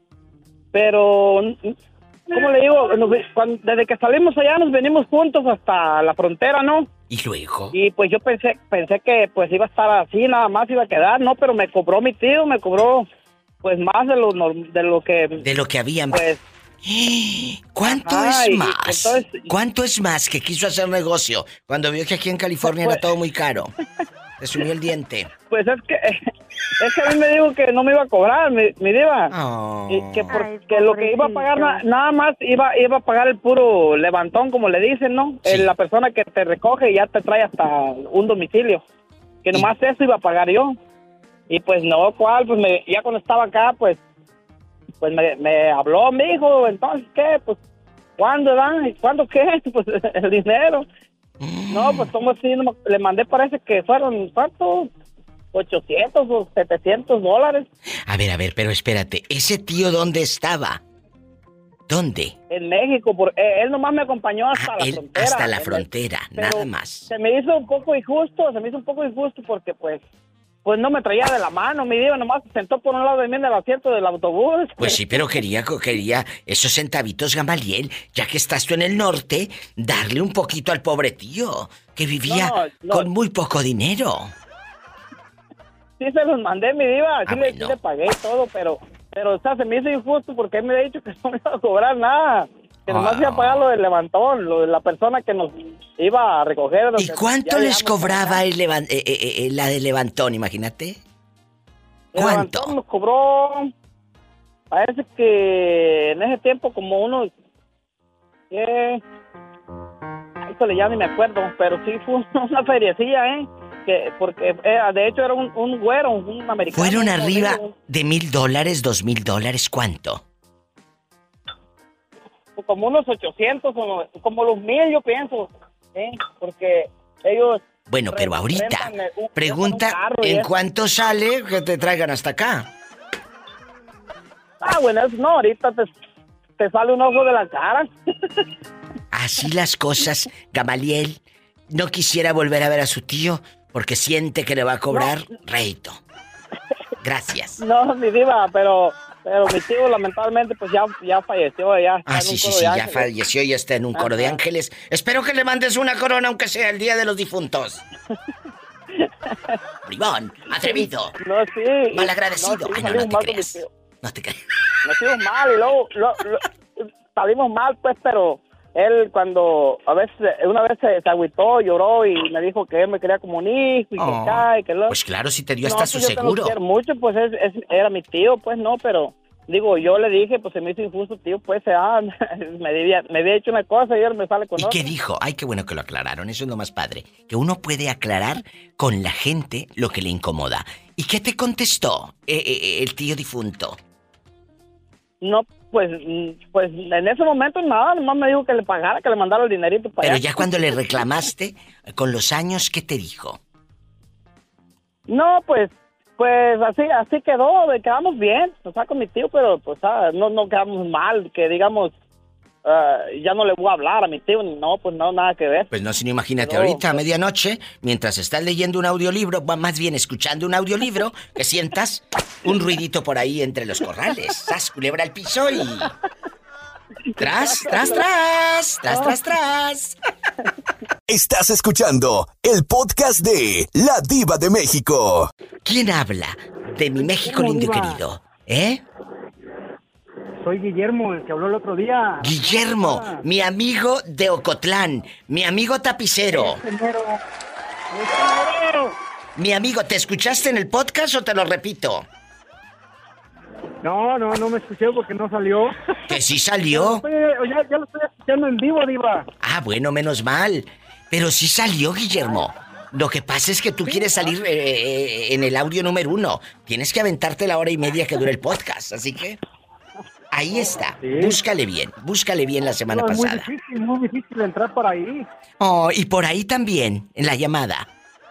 ¿cómo le digo? Desde que salimos allá nos venimos juntos hasta la frontera, ¿no? ¿Y luego? Y pues yo pensé que pues iba a estar así, nada más iba a quedar, ¿no? Pero me cobró mi tío, pues más de lo que... De lo que había... Pues, ¿Cuánto es más? Entonces, ¿cuánto es más que quiso hacer negocio cuando vio que aquí en California era todo muy caro? Le subió el diente. Pues es que a mí me dijo que no me iba a cobrar, mi diva. Y que porque lo que iba a pagar nada más iba a pagar el puro levantón, como le dicen, ¿no? Sí. La persona que te recoge y ya te trae hasta un domicilio. Que nomás eso iba a pagar yo. Y pues no, pues ya cuando estaba acá, pues me habló, me dijo, entonces, ¿qué? Pues, ¿cuándo dan? ¿Y cuándo qué? Pues el dinero. No, pues como así, le mandé, parece que fueron, ¿cuánto? 800 o 700 dólares. A ver, pero espérate, ¿ese tío dónde estaba? ¿Dónde? En México, él nomás me acompañó hasta la frontera. Hasta la frontera, nada más. Se me hizo un poco injusto porque pues no me traía de la mano, mi diva, nomás se sentó por un lado de mí en el asiento del autobús. Pues sí, pero quería esos centavitos, Gamaliel, ya que estás tú en el norte, darle un poquito al pobre tío, que vivía con muy poco dinero. Sí se los mandé, mi diva, sí le pagué y todo, pero o sea, se me hizo injusto porque él me había dicho que no me iba a cobrar nada. Que nomás iba a pagar lo del levantón, lo de la persona que nos iba a recoger. ¿Y cuánto les cobraba la de levantón, imagínate? ¿Cuánto? Nos cobró, parece que en ese tiempo como unos... Híjole, ya ni me acuerdo, pero sí fue una feriecilla, porque de hecho era un güero, un americano. ¿Fueron arriba de $1,000, $2,000? ¿Cuánto? Como unos 800, como los 1,000 yo pienso, porque ellos... Bueno, pero ahorita, pregunta, ¿en cuánto sale que te traigan hasta acá? Bueno, no, ahorita te sale un ojo de la cara. Así las cosas, Gamaliel no quisiera volver a ver a su tío porque siente que le va a cobrar rédito. Gracias. No, mi diva, pero Pero mi tío, lamentablemente, pues ya falleció. Ya falleció, ya está en un coro de ángeles. Espero que le mandes una corona, aunque sea el Día de los Difuntos. Bribón, atrevido. No, sí. Malagradecido. No, sí, ay, no te creas. No te creas. Nos fuimos mal y luego salimos mal, pues, pero él una vez se agüitó, lloró y me dijo que él me quería como un hijo y que Pues claro, si te dio hasta su pues seguro. Yo quiero mucho, pues era mi tío, pues no, pero digo, yo le dije, pues se me hizo injusto, tío, pues me había hecho una cosa y él me sale con otra. ¿Y qué dijo? Ay, qué bueno que lo aclararon, eso es lo más padre, que uno puede aclarar con la gente lo que le incomoda. ¿Y qué te contestó el tío difunto? No, pues en ese momento nada, nomás me dijo que le pagara, que le mandara el dinerito para Pero allá. ya cuando le reclamaste, con los años, ¿qué te dijo? No, pues así quedamos bien, o sea, con mi tío, pero pues no quedamos mal, que digamos, ya no le voy a hablar a mi tío, no, pues no, nada que ver. Pues no, sino imagínate ahorita a medianoche, mientras estás leyendo un audiolibro, más bien escuchando un audiolibro, que sientas un ruidito por ahí entre los corrales, ¡sas! Culebra al piso y... ¡Tras! Estás escuchando el podcast de La Diva de México. ¿Quién habla de mi México lindo y querido? Soy Guillermo, el que habló el otro día. Guillermo, mi amigo de Ocotlán, mi amigo tapicero. Mi amigo, ¿te escuchaste en el podcast o te lo repito? No me escuché porque no salió. ¿Que sí salió? Ya lo estoy escuchando en vivo, Diva. Ah, bueno, menos mal. Pero sí salió, Guillermo. Lo que pasa es que tú quieres salir en el audio número 1. Tienes que aventarte la hora y media que dura el podcast, así que... Ahí está. Sí. Búscale bien la semana pasada. Muy difícil entrar por ahí. Oh, y por ahí también, en la llamada.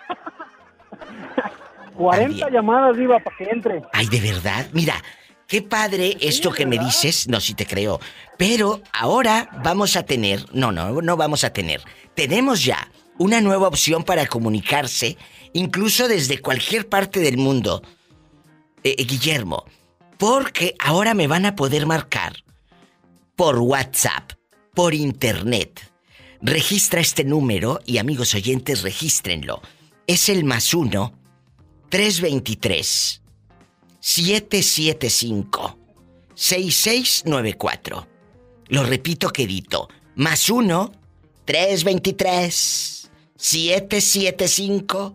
40 llamadas, Diva, para que entre. Ay, ¿de verdad? Mira, qué padre esto que me dices. No, sí te creo. Pero ahora vamos a tener... No vamos a tener. Tenemos ya una nueva opción para comunicarse, incluso desde cualquier parte del mundo. Guillermo... Porque ahora me van a poder marcar por WhatsApp, por internet. Registra este número y amigos oyentes, regístrenlo. Es el +1 323 775 6694. Lo repito quedito. +1 323 775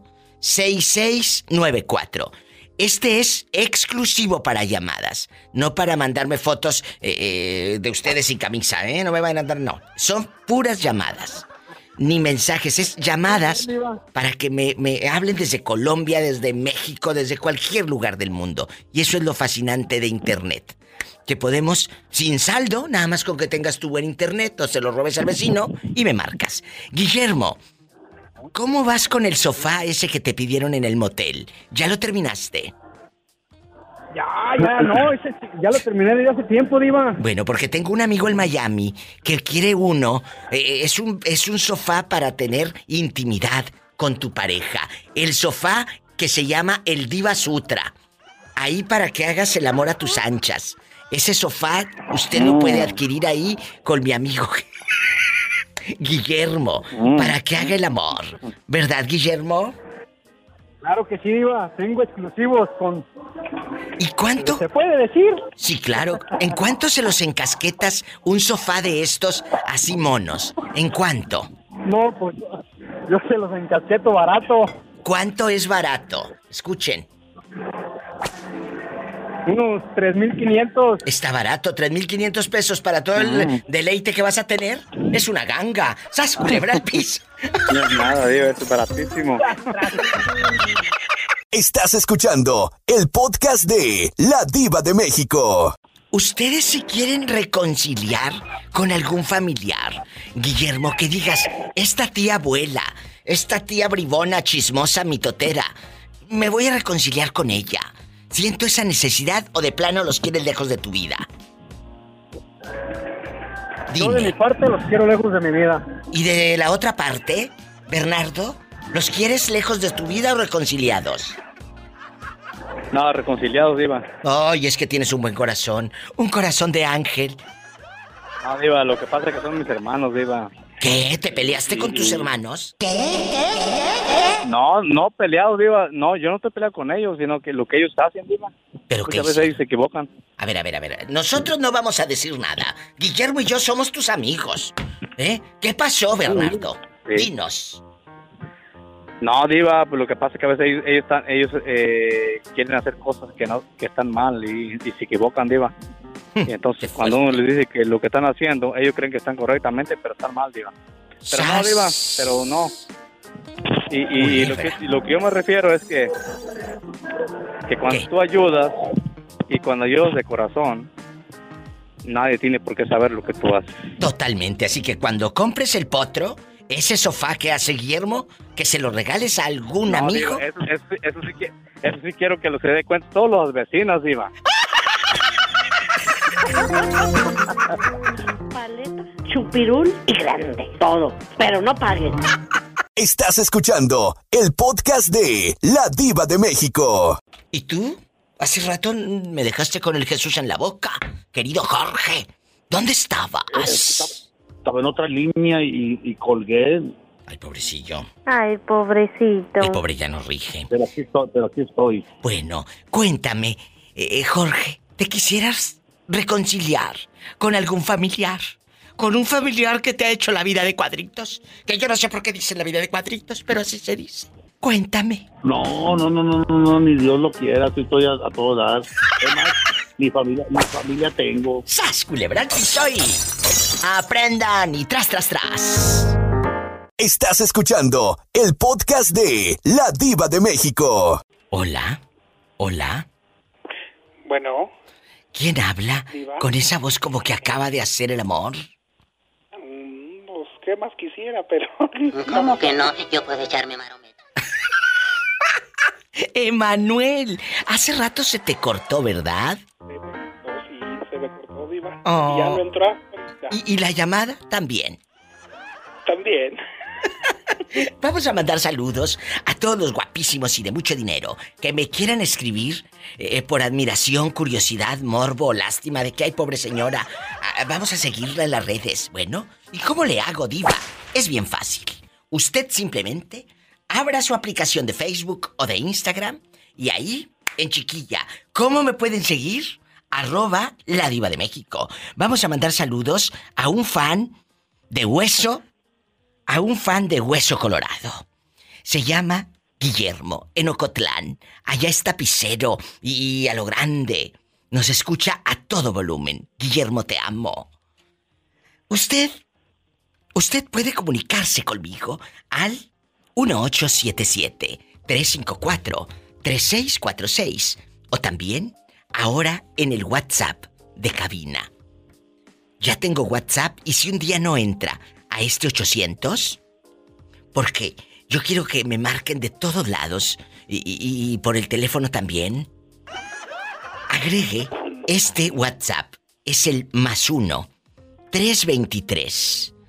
6694. Este es exclusivo para llamadas, no para mandarme fotos de ustedes sin camisa, No me vayan a dar, no. Son puras llamadas, ni mensajes, es llamadas para que me hablen desde Colombia, desde México, desde cualquier lugar del mundo. Y eso es lo fascinante de Internet, que podemos, sin saldo, nada más con que tengas tu buen Internet o se lo robes al vecino y me marcas. Guillermo, ¿cómo vas con el sofá ese que te pidieron en el motel? ¿Ya lo terminaste? Ya lo terminé desde hace tiempo, Diva. Bueno, porque tengo un amigo en Miami que quiere uno. Es un sofá para tener intimidad con tu pareja. El sofá que se llama el Diva Sutra. Ahí para que hagas el amor a tus anchas. Ese sofá usted lo puede adquirir ahí con mi amigo Guillermo, para que haga el amor. ¿Verdad, Guillermo? Claro que sí, Diva. Tengo exclusivos con... ¿Y cuánto? ¿Se puede decir? Sí, claro. ¿En cuánto se los encasquetas un sofá de estos así monos? ¿En cuánto? No, pues yo se los encasqueto barato. ¿Cuánto es barato? Escuchen. Unos 3,500. Está barato, 3,500 pesos para todo el deleite que vas a tener. Es una ganga. ¡Sas, culebra al piso! No es nada, Diva, es baratísimo. Estás escuchando el podcast de La Diva de México. Ustedes si quieren reconciliar con algún familiar, Guillermo, que digas, esta tía abuela, esta tía bribona, chismosa, mitotera, me voy a reconciliar con ella. ¿Siento esa necesidad o de plano los quieres lejos de tu vida? Dime. Yo de mi parte los quiero lejos de mi vida. ¿Y de la otra parte, Bernardo? ¿Los quieres lejos de tu vida o reconciliados? No, reconciliados, Diva. Ay, es que tienes un buen corazón. Un corazón de ángel. No, Diva, lo que pasa es que son mis hermanos, Diva. ¿Qué? ¿Te peleaste con tus hermanos? No peleados, Diva. No, yo no estoy peleado con ellos, sino que lo que ellos hacen, Diva. ¿Pero qué? Muchas veces ellos se equivocan. A ver. Nosotros no vamos a decir nada. Guillermo y yo somos tus amigos. ¿Eh? ¿Qué pasó, Bernardo? Sí. Dinos. No, Diva, pues lo que pasa es que a veces ellos quieren hacer cosas que están mal y se equivocan, Diva. Y entonces cuando uno les dice que lo que están haciendo, ellos creen que están correctamente, pero están mal, Diva. Pero no, Diva, pero no. Y lo que yo me refiero es que cuando tú ayudas y cuando ayudas de corazón, nadie tiene por qué saber lo que tú haces. Totalmente, así que cuando compres el potro, ese sofá que hace Guillermo, que se lo regales a algún amigo. Diva, eso sí quiero que lo se dé cuenta todos los vecinos, Diva. Paleta, chupirul y grande. Todo. Pero no paguen. Estás escuchando el podcast de La Diva de México. ¿Y tú? Hace rato me dejaste con el Jesús en la boca, querido Jorge. ¿Dónde estabas? Estaba en otra línea y colgué. Ay, pobrecillo. Ay, pobrecito. El pobre ya no rige. Pero aquí estoy. Bueno, cuéntame, Jorge, ¿te quisieras reconciliar con algún familiar? ¿Con un familiar que te ha hecho la vida de cuadritos? Que yo no sé por qué dicen la vida de cuadritos, pero así se dice. Cuéntame. No, ni Dios lo quiera, estoy a todo dar. Además, mi familia tengo. ¡Sas, culebra al piso y aprendan y tras! Estás escuchando el podcast de La Diva de México. Hola. Bueno. ¿Quién habla? ¿Diva? Con esa voz como que acaba de hacer el amor. Pues, ¿qué más quisiera? Pero... ¿Cómo que no? Yo puedo echarme marometa. Emanuel, hace rato se te cortó, ¿verdad? Sí, se me cortó, Diva. Oh. Y ya no entró. ¿Y la llamada? También. También. Vamos a mandar saludos a todos los guapísimos y de mucho dinero que me quieran escribir por admiración, curiosidad, morbo, lástima de que hay pobre señora. Vamos a seguirla en las redes. Bueno, ¿y cómo le hago, Diva? Es bien fácil. Usted simplemente abra su aplicación de Facebook o de Instagram y ahí, en chiquilla, ¿cómo me pueden seguir? @La Diva de México. Vamos a mandar saludos a un fan de Hueso Colorado. Se llama Guillermo, en Ocotlán. Allá es tapicero y a lo grande. Nos escucha a todo volumen. Guillermo, te amo. Usted puede comunicarse conmigo al 1877-354-3646 o también ahora en el WhatsApp de cabina. Ya tengo WhatsApp y si un día no entra a este 800, porque yo quiero que me marquen de todos lados y por el teléfono también. Agregue este WhatsApp, es el +1 323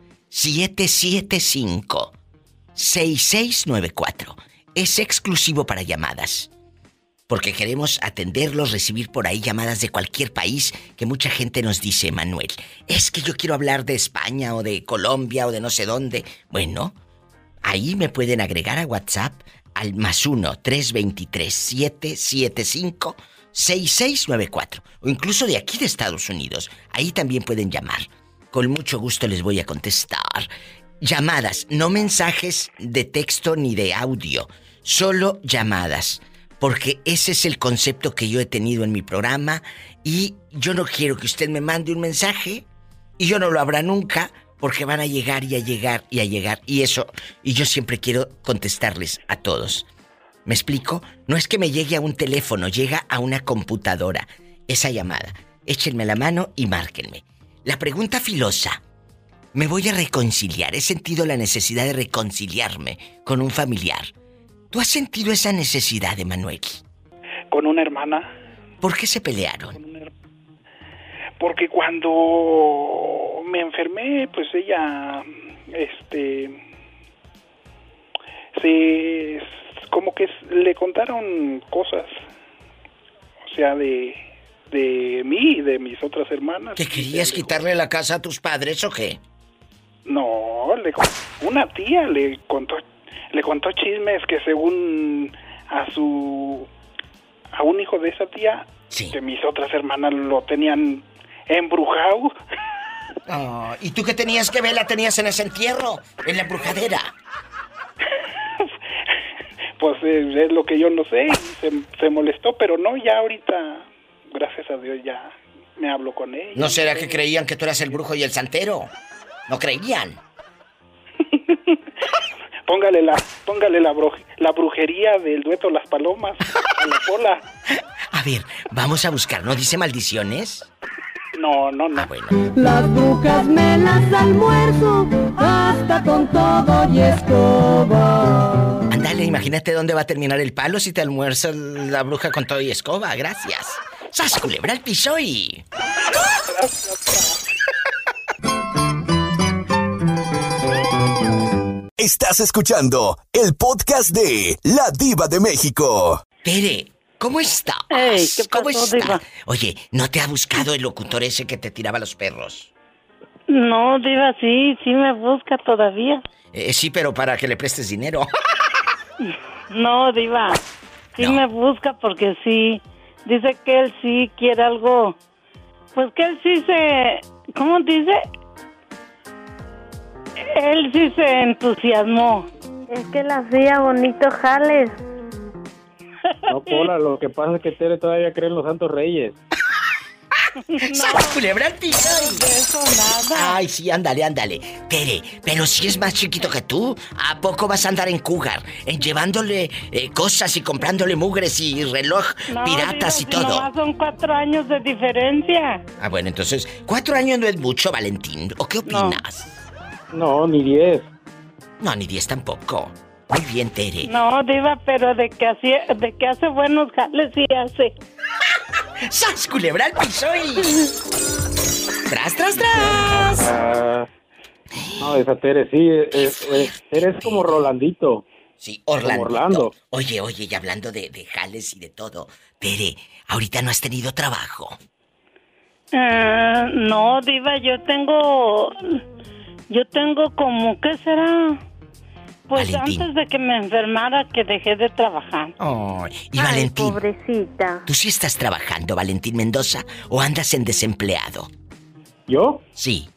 775 6694. Es exclusivo para llamadas, porque queremos atenderlos, recibir por ahí llamadas de cualquier país, que mucha gente nos dice, Manuel, es que yo quiero hablar de España o de Colombia o de no sé dónde. Bueno, ahí me pueden agregar a WhatsApp al +1 323 775 6694 o incluso de aquí de Estados Unidos. Ahí también pueden llamar. Con mucho gusto les voy a contestar. Llamadas, no mensajes de texto ni de audio, solo llamadas. Porque ese es el concepto que yo he tenido en mi programa y yo no quiero que usted me mande un mensaje y yo no lo abra nunca porque van a llegar y a llegar y a llegar y eso, y yo siempre quiero contestarles a todos. ¿Me explico? No es que me llegue a un teléfono, llega a una computadora esa llamada. Échenme la mano y márquenme. La pregunta filosa. Me voy a reconciliar. He sentido la necesidad de reconciliarme con un familiar. ¿Tú has sentido esa necesidad, Emanuel? Con una hermana. ¿Por qué se pelearon? Porque cuando me enfermé, pues ella, como que le contaron cosas sea de mí y de mis otras hermanas. ¿Te querías quitarle la casa a tus padres o qué? No, una tía le contó chismes que según a un hijo de esa tía, que mis otras hermanas lo tenían embrujado. Oh, ¿y tú qué tenías que ver? ¿La tenías en ese entierro? ¿En la embrujadera? Pues es lo que yo no sé, y se molestó, pero no, ya ahorita, gracias a Dios, ya me hablo con ella. ¿No será que creían que tú eras el brujo y el santero? ¿No creían? Póngale la brujería del dueto Las Palomas a la Pola. A ver, vamos a buscar, ¿no dice maldiciones? No. Ah, bueno. Las brujas me las almuerzo hasta con todo y escoba. Ándale, imagínate dónde va a terminar el palo si te almuerza la bruja con todo y escoba. Gracias. ¡Sas, culebra al piso y... Estás escuchando el podcast de La Diva de México. Tere, ¿cómo estás? Hey, ¿qué pasó, ¿Cómo estás? Diva? Oye, ¿no te ha buscado el locutor ese que te tiraba los perros? No, Diva, sí me busca todavía. Sí, pero para que le prestes dinero. No, Diva, sí me busca porque sí. Dice que él sí quiere algo. Pues que él sí ¿cómo dice? Él sí se entusiasmó. Es que la hacía bonito jales. No, Pola, lo que pasa es que Tere todavía cree en los Santos Reyes. ¡Sas, culebra al piso! No, eso nada. Ay, sí, ándale. Tere, pero si es más chiquito que tú, ¿a poco vas a andar en Cougar? Llevándole cosas y comprándole mugres y reloj piratas y todo. No, son 4 años de diferencia. Ah, bueno, entonces, 4 años no es mucho, Valentín. ¿O qué opinas? No, ni 10. No, ni 10 tampoco. Muy bien, Tere. No, Diva, pero de que hace buenos jales sí hace. ¡Sas, culebra al piso y... ¡Tras! No, esa Tere sí, Tere es como Rolandito. Sí, Orlandito. Como Orlando. Oye, y hablando de jales y de todo, Tere, ¿ahorita no has tenido trabajo? No, Diva, yo tengo como, ¿qué será? Pues Valentín. Antes de que me enfermara que dejé de trabajar. Oh, y Valentín, pobrecita. ¿tú sí estás trabajando, Valentín Mendoza, o andas en desempleado? ¿Yo? Sí.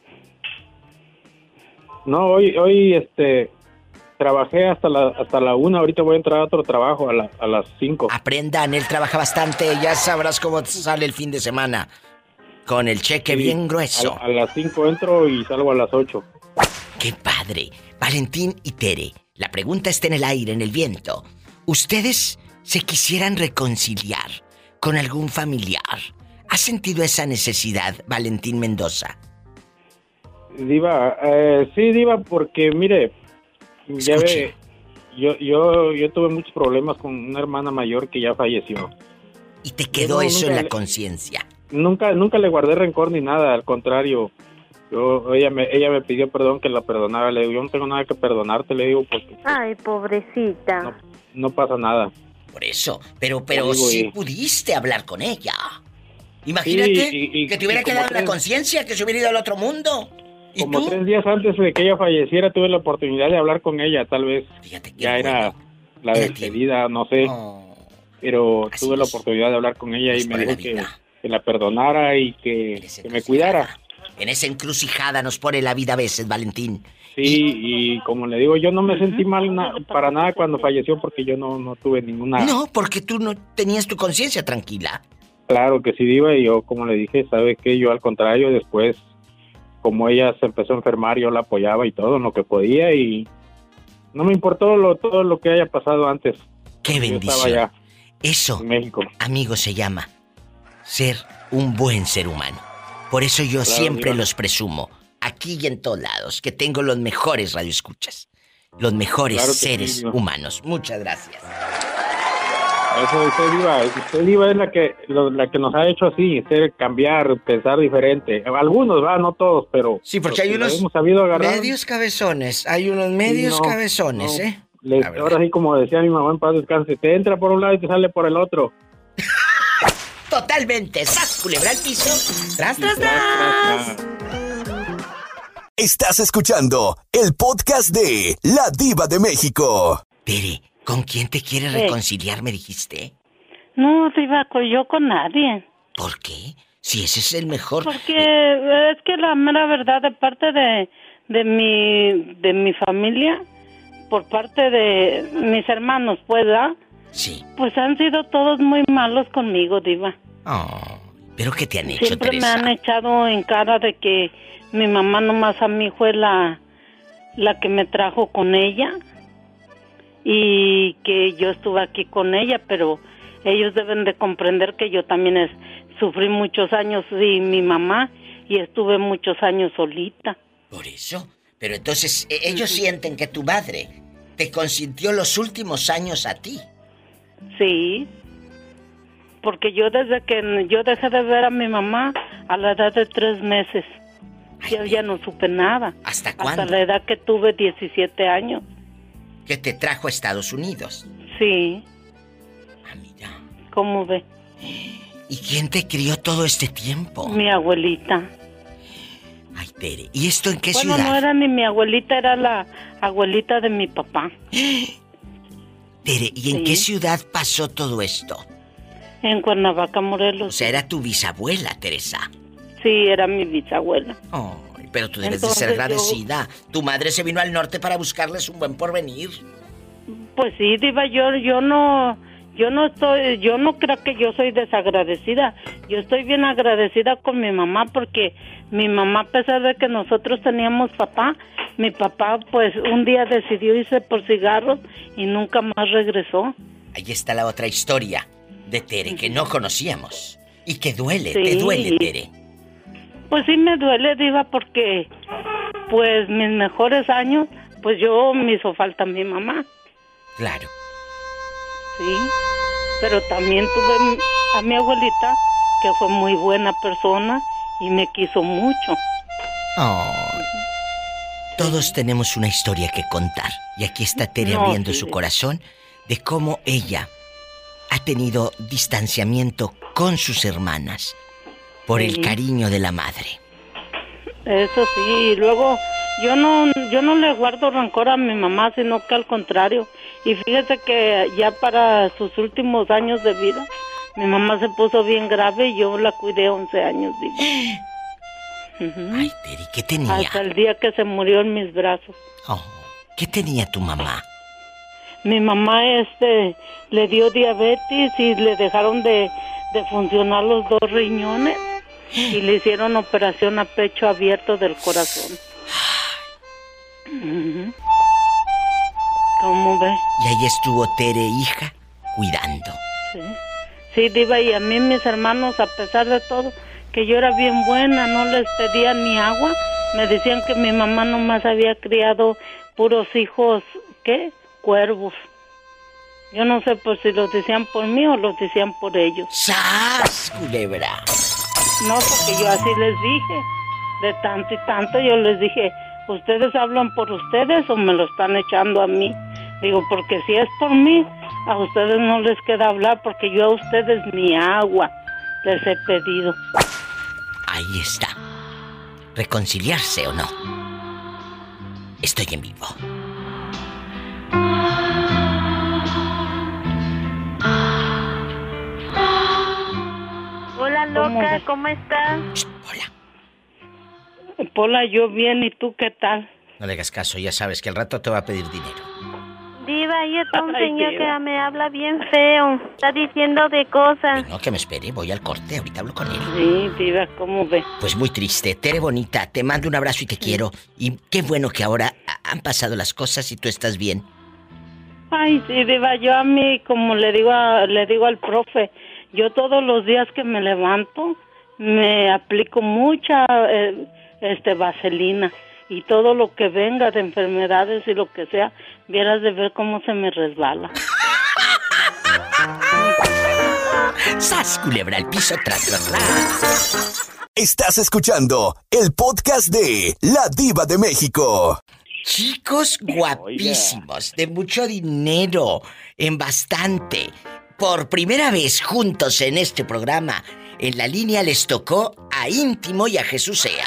No, hoy trabajé hasta la 1, ahorita voy a entrar a otro trabajo a las 5. Aprendan, él trabaja bastante, ya sabrás cómo sale el fin de semana. Con el cheque bien grueso. A las 5 entro y salgo a las 8. ¡Qué padre! Valentín y Tere, la pregunta está en el aire, en el viento. ¿Ustedes se quisieran reconciliar con algún familiar? ¿Has sentido esa necesidad, Valentín Mendoza? Diva, sí, Diva, porque mire, ya ve, yo tuve muchos problemas con una hermana mayor que ya falleció. ¿Y te quedó eso en la conciencia? Nunca le guardé rencor ni nada, al contrario. Ella me pidió perdón, que la perdonara. Le digo, yo no tengo nada que perdonarte, le digo, porque... Ay, pobrecita. No pasa nada. Por eso, pero digo, sí pudiste hablar con ella. Imagínate que te hubiera quedado en la conciencia, que se hubiera ido al otro mundo. ¿Y como tú? 3 días antes de que ella falleciera, tuve la oportunidad de hablar con ella, tal vez. Fíjate que ya era la despedida, no sé. Pero tuve la oportunidad de hablar con ella y me dijo que la perdonara y que me cuidara. En esa encrucijada nos pone la vida a veces, Valentín. Sí, y como le digo, yo no me sentí mal para nada cuando falleció porque yo no tuve ninguna... No, porque tú no tenías tu conciencia tranquila. Claro que sí, Diva, y yo, como le dije, ¿sabe qué? Yo al contrario, después, como ella se empezó a enfermar, yo la apoyaba y todo en lo que podía y no me importó todo lo que haya pasado antes. ¡Qué bendición! Yo estaba allá, eso, en México. Amigo, se llama ser un buen ser humano. Por eso yo siempre los presumo, aquí y en todos lados, que tengo los mejores radioescuchas, los mejores seres humanos. Muchas gracias. Eso usted Diva es la que nos ha hecho así, cambiar, pensar diferente. Algunos, no todos, pero... Sí, porque hay unos medios cabezones, cabezones, ¿eh? Ahora sí, como decía mi mamá en paz descanse, te entra por un lado y te sale por el otro. Totalmente. ¡Sas, culebra al piso! ¡Tras, tras, tras! Estás escuchando el podcast de La Diva de México. Tere, ¿con quién te quieres reconciliar, me dijiste? No, Diva, yo con nadie. ¿Por qué? Si ese es el mejor... Porque es que la mera verdad, de parte de mi familia, por parte de mis hermanos, pues, ¿verdad? Sí. Pues han sido todos muy malos conmigo, Diva. Oh, ¿pero qué te han hecho, Siempre Teresa? me han echado en cara de que mi mamá nomás a mí fue la que me trajo con ella y que yo estuve aquí con ella, pero ellos deben de comprender que yo también sufrí muchos años sin mi mamá y estuve muchos años solita. Por eso. Pero entonces ellos sienten que tu madre te consintió los últimos años a ti. Sí. Porque yo desde que yo dejé de ver a mi mamá a la edad de 3 meses, yo ya no supe nada. ¿Hasta cuándo? Hasta la edad que tuve 17 años. Que te trajo a Estados Unidos. Sí. Ah, mira. ¿Cómo ve? ¿Y quién te crió todo este tiempo? Mi abuelita. Ay, Tere, ¿y esto en qué Bueno, ciudad? no era ni mi abuelita, era la abuelita de mi papá. Tere, ¿y en qué ciudad pasó todo esto? En Cuernavaca, Morelos. O sea, era tu bisabuela, Teresa. Sí, era mi bisabuela. Ay, pero tú debes Entonces de ser agradecida. Tu madre se vino al norte para buscarles un buen porvenir. Pues sí, Diva, yo no creo que yo soy desagradecida. Yo estoy bien agradecida con mi mamá porque mi mamá, a pesar de que nosotros teníamos papá, mi papá pues un día decidió irse por cigarros y nunca más regresó. Ahí está la otra historia de Tere que no conocíamos y que duele, Sí. te duele, Tere. Pues sí me duele, Diva, porque pues mis mejores años, pues yo me hizo falta mi mamá. Claro. Sí, pero también tuve a mi abuelita, que fue muy buena persona y me quiso mucho. Todos tenemos una historia que contar. Y aquí está Tere No, abriendo sí. su corazón de cómo ella ha tenido distanciamiento con sus hermanas por el Sí. cariño de la madre. Eso sí, y luego yo no le guardo rencor a mi mamá, sino que al contrario. Y fíjate que ya para sus últimos años de vida, mi mamá se puso bien grave y yo la cuidé 11 años, digo. Ay, Tere, ¿qué tenía? Hasta el día que se murió en mis brazos. Oh, ¿qué tenía tu mamá? Mi mamá le dio diabetes y le dejaron de funcionar los 2 riñones y le hicieron operación a pecho abierto del corazón. Ujú. ¿Cómo ve? Y ahí estuvo Tere, hija, cuidando. Sí. Sí, Diva, y a mí mis hermanos, a pesar de todo, que yo era bien buena, no les pedía ni agua, me decían que mi mamá nomás había criado puros hijos, ¿qué? Cuervos. Yo no sé por si los decían por mí o los decían por ellos. ¡Sas, culebra! No, porque yo así les dije, de tanto y tanto yo les dije, ¿ustedes hablan por ustedes o me lo están echando a mí? Digo, porque si es por mí, a ustedes no les queda hablar, porque yo a ustedes ni agua les he pedido. Ahí está. ¿Reconciliarse o no? Estoy en vivo. Hola, loca, ¿cómo estás? Pola, yo bien, ¿y tú qué tal? No le hagas caso, ya sabes que al rato te va a pedir dinero. Diva, ahí está un Ay, señor Diva. que me habla bien feo. Está diciendo de cosas. No, que me espere, voy al corte, ahorita hablo con él. Sí, Diva, ¿cómo ve? Pues muy triste. Tere bonita, te mando un abrazo y te quiero. Y qué bueno que ahora han pasado las cosas y tú estás bien. Ay, sí, Diva, yo a mí, como le digo al profe, yo todos los días que me levanto, me aplico mucha vaselina. Y todo lo que venga de enfermedades y lo que sea, vieras de ver cómo se me resbala. ¡Sas, culebra al piso, tras, tras, tras! Estás escuchando el podcast de La Diva de México. Chicos guapísimos, de mucho dinero, en bastante. por primera vez juntos en este programa, en la línea les tocó a Íntimo y a Jesús Sea.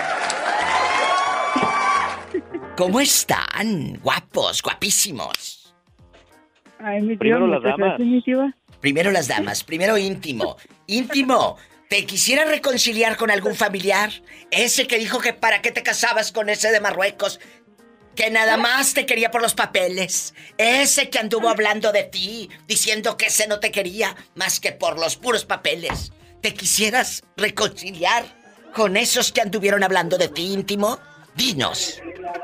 ¿Cómo están? Guapos, guapísimos. Ay, mi Primero tío, las damas. mi tío. Primero las damas, primero Íntimo. Íntimo, ¿te quisiera reconciliar con algún familiar? Ese que dijo que para qué te casabas con ese de Marruecos, que nada más te quería por los papeles. Ese que anduvo hablando de ti, diciendo que ese no te quería más que por los puros papeles. ¿Te quisieras reconciliar con esos que anduvieron hablando de ti, Íntimo? Dinos.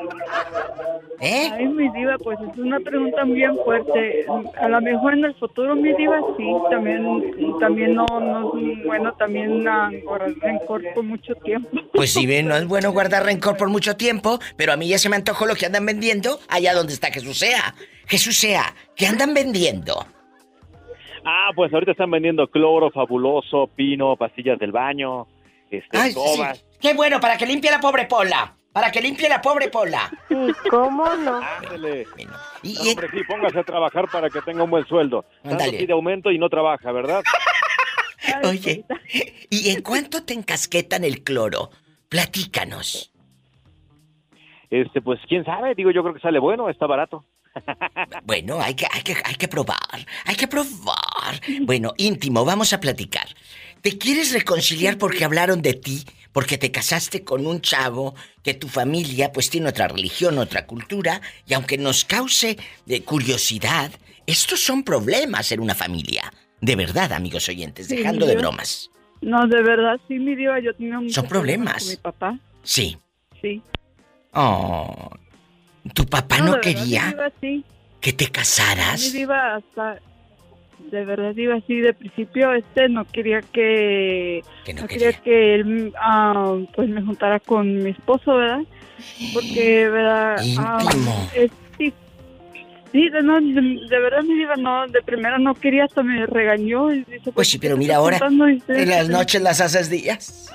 Ay, mi diva, pues es una pregunta bien fuerte. A lo mejor en el futuro, mi diva, sí, también no es bueno también guardar rencor por mucho tiempo. Pues sí, no es bueno guardar rencor por mucho tiempo, pero a mí ya se me antojó lo que andan vendiendo allá donde está Jesús Sea. Jesús Sea, ¿qué andan vendiendo? Pues ahorita están vendiendo cloro, fabuloso, pino, pastillas del baño, escobas. Sí. Qué bueno, para que limpie la pobre Pola. Para que limpie la pobre Pola. Sí, ¿cómo no? Ándele. Hombre, sí, póngase a trabajar para que tenga un buen sueldo. Tanto pide aumento y no trabaja, ¿verdad? Oye, ¿y en cuánto te encasquetan el cloro? Platícanos. Pues quién sabe, digo, yo creo que sale bueno, está barato. Bueno, hay que probar, Bueno, Íntimo, vamos a platicar. ¿Te quieres reconciliar porque hablaron de ti? Porque te casaste con un chavo que tu familia pues tiene otra religión, otra cultura, y aunque nos cause curiosidad, estos son problemas en una familia. De verdad, amigos oyentes, Sí, dejando de yo- bromas. No, de verdad, sí, mi diva, yo tenía muchos Son problemas. con mi papá, Sí. sí. Oh. ¿Tu papá de no verdad, quería mi diva, sí. que te casaras? Mi diva, hasta... De verdad, diva, sí, de principio, no quería que... no quería que él, pues, me juntara con mi esposo, ¿verdad? Porque, ¿verdad? Íntimo. Sí, de verdad, mi diva, no, de primera no quería, hasta me regañó. Y dice, Pues sí, pero mira ahora, en las noches las haces días.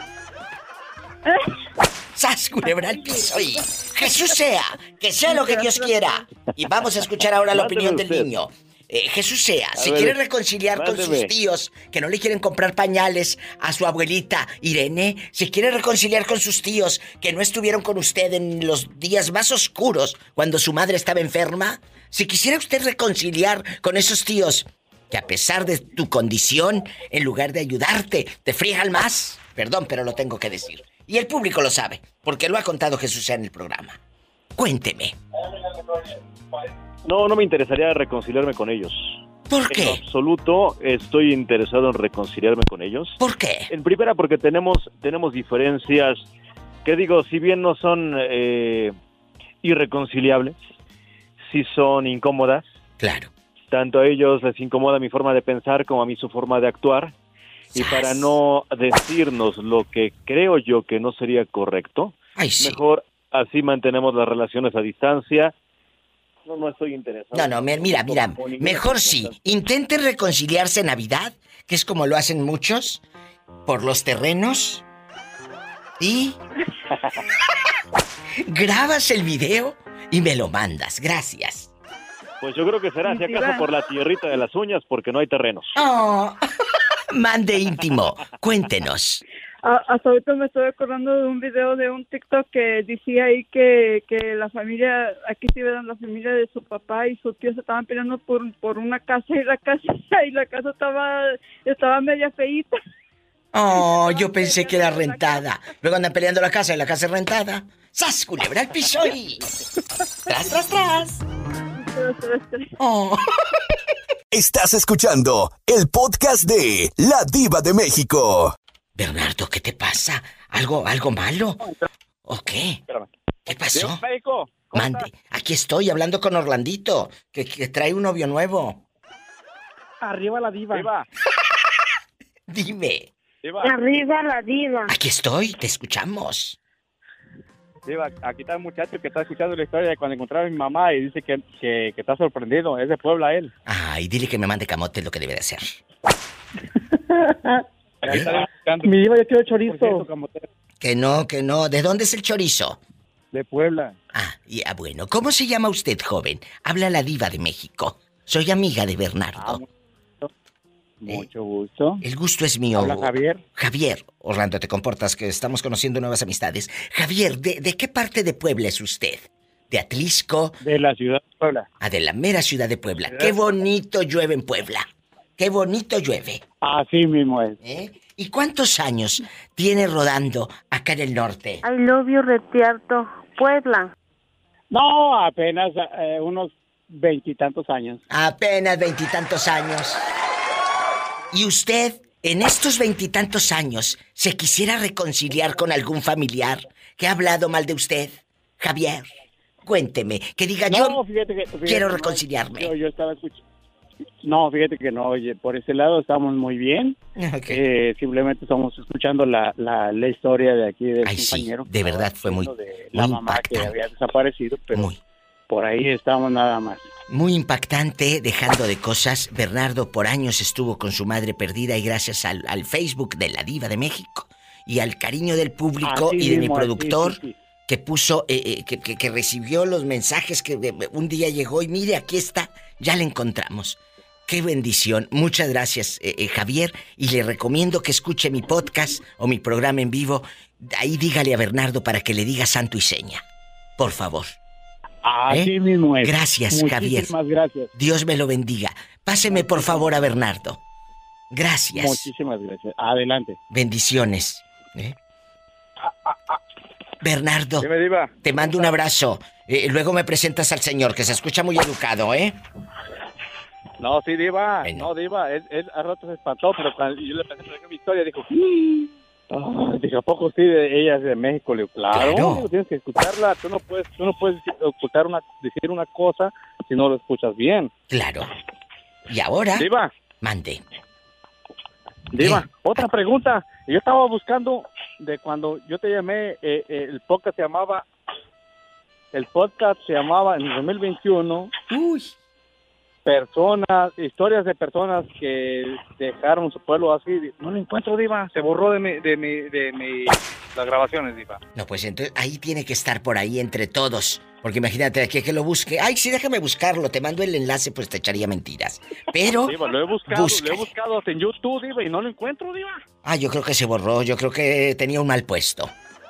¡Sas, culebra al piso! Y Jesús Sea, que sea lo que Dios quiera. Y vamos a escuchar ahora la opinión del niño. Jesús Sea, se ver, quiere reconciliar con sus mándeme. tíos que no le quieren comprar pañales a su abuelita Irene. Se quiere reconciliar con sus tíos que no estuvieron con usted en los días más oscuros cuando su madre estaba enferma. Si quisiera usted reconciliar con esos tíos que a pesar de tu condición, en lugar de ayudarte, te friegan más. Perdón, pero lo tengo que decir. Y el público lo sabe, porque lo ha contado Jesús Sea en el programa. Cuénteme. No me interesaría reconciliarme con ellos. ¿Por qué? En absoluto estoy interesado en reconciliarme con ellos. ¿Por qué? En primera, porque tenemos diferencias que digo, si bien no son irreconciliables, sí son incómodas. Claro. Tanto a ellos les incomoda mi forma de pensar como a mí su forma de actuar. Y para no decirnos lo que creo yo que no sería correcto, mejor así mantenemos las relaciones a distancia. No estoy interesado. No, mira, mejor sí. Intenten reconciliarse en Navidad, que es como lo hacen muchos, por los terrenos. Y grabas el video y me lo mandas. Gracias. Pues yo creo que será, si acaso, por la tierrita de las uñas, porque no hay terrenos. Oh. Mande Íntimo, cuéntenos. Hasta ahorita me estoy acordando de un video de un TikTok que decía ahí que la familia, aquí sí verán, la familia de su papá y su tío se estaban peleando por una casa y la casa estaba media feíta. Oh, yo pensé que era rentada. Luego andan peleando la casa y la casa es rentada. ¡Sas, culebra al piso y... ¡Tras! Oh. Estás escuchando el podcast de La Diva de México. Bernardo, ¿qué te pasa? ¿Algo malo? ¿O qué? ¿Qué pasó? Mande, aquí estoy hablando con Orlandito, que trae un novio nuevo. Arriba la diva. Dime. Arriba la diva. Aquí estoy, te escuchamos. Diva, aquí está el muchacho que está escuchando la historia de cuando encontraron a mi mamá y dice que está sorprendido. Es de Puebla él. Ay, dile que me mande camote, es lo que debe de hacer. Mi diva, yo quiero chorizo. Que no. ¿De dónde es el chorizo? De Puebla. Bueno. ¿Cómo se llama usted, joven? Habla la Diva de México. Soy amiga de Bernardo. Mucho gusto. El gusto es mío. Hola, Javier. Javier, Orlando, te comportas, que estamos conociendo nuevas amistades. Javier, ¿de qué parte de Puebla es usted? ¿De Atlisco? De la ciudad de Puebla. Ah, de la mera ciudad de Puebla. Qué bonito llueve en Puebla. Qué bonito llueve. Así mismo es. ¿Y cuántos años tiene rodando acá en el norte? I love you, Retiarto, Puebla. No, apenas unos 20 y tantos años. Apenas 20 y tantos años. ¿Y usted, en estos 20 y tantos años, se quisiera reconciliar con algún familiar que ha hablado mal de usted? Javier, cuénteme, que diga fíjate, quiero reconciliarme. Yo estaba escuchando. No, fíjate que no, oye, por ese lado estamos muy bien. Simplemente estamos escuchando la historia de aquí del compañero. Sí, de verdad fue muy de la mamá impactante. Que había desaparecido, pero por ahí estamos nada más. Muy impactante, dejando de cosas. Bernardo por años estuvo con su madre perdida y gracias al Facebook de La Diva de México y al cariño del público y de mi productor que puso, que recibió los mensajes que un día llegó y mire, aquí está, ya le encontramos. ¡Qué bendición! Muchas gracias, Javier, y le recomiendo que escuche mi podcast o mi programa en vivo. Ahí dígale a Bernardo para que le diga santo y seña. Por favor. Así mismo es. Gracias, Javier. Muchísimas gracias. Dios me lo bendiga. Páseme, por favor, a Bernardo. Gracias. Muchísimas gracias. Adelante. Bendiciones. Bernardo, Dime, Diva. te mando un abrazo. Luego me presentas al señor, que se escucha muy educado, ¿eh? No, sí, Diva. Bueno. No, Diva. Él a rato se espantó, pero cuando yo le pensé en mi historia, dijo... dije, ¿a poco sí? Ella es de México. Le digo, claro. Tienes que escucharla. Tú no puedes ocultar decir una cosa si no lo escuchas bien. Claro. ¿Y ahora? Diva. Mande. Diva, otra pregunta. Yo estaba buscando de cuando yo te llamé, el podcast se llamaba en 2021. Historias de personas que dejaron su pueblo así. No lo encuentro, Diva. Se borró de las grabaciones, Diva. No, pues entonces ahí tiene que estar por ahí entre todos. Porque imagínate aquí que lo busque. Ay, sí, déjame buscarlo. Te mando el enlace, pues te echaría mentiras. Pero Diva, lo he buscado en YouTube, Diva, y no lo encuentro, Diva. Ah, yo creo que se borró. Yo creo que tenía un mal puesto.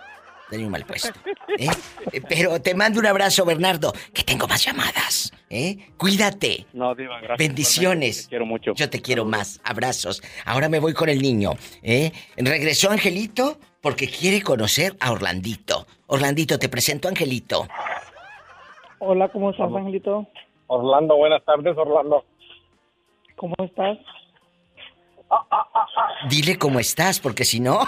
Pero te mando un abrazo, Bernardo, que tengo más llamadas. Cuídate. No, Diva, gracias. Bendiciones. Te quiero mucho. Yo te quiero más. Abrazos. Ahora me voy con el niño. Regresó Angelito porque quiere conocer a Orlandito. Orlandito, te presento a Angelito. Hola, ¿cómo estás, Angelito? Orlando, buenas tardes, Orlando. ¿Cómo estás? Dile cómo estás, porque si no...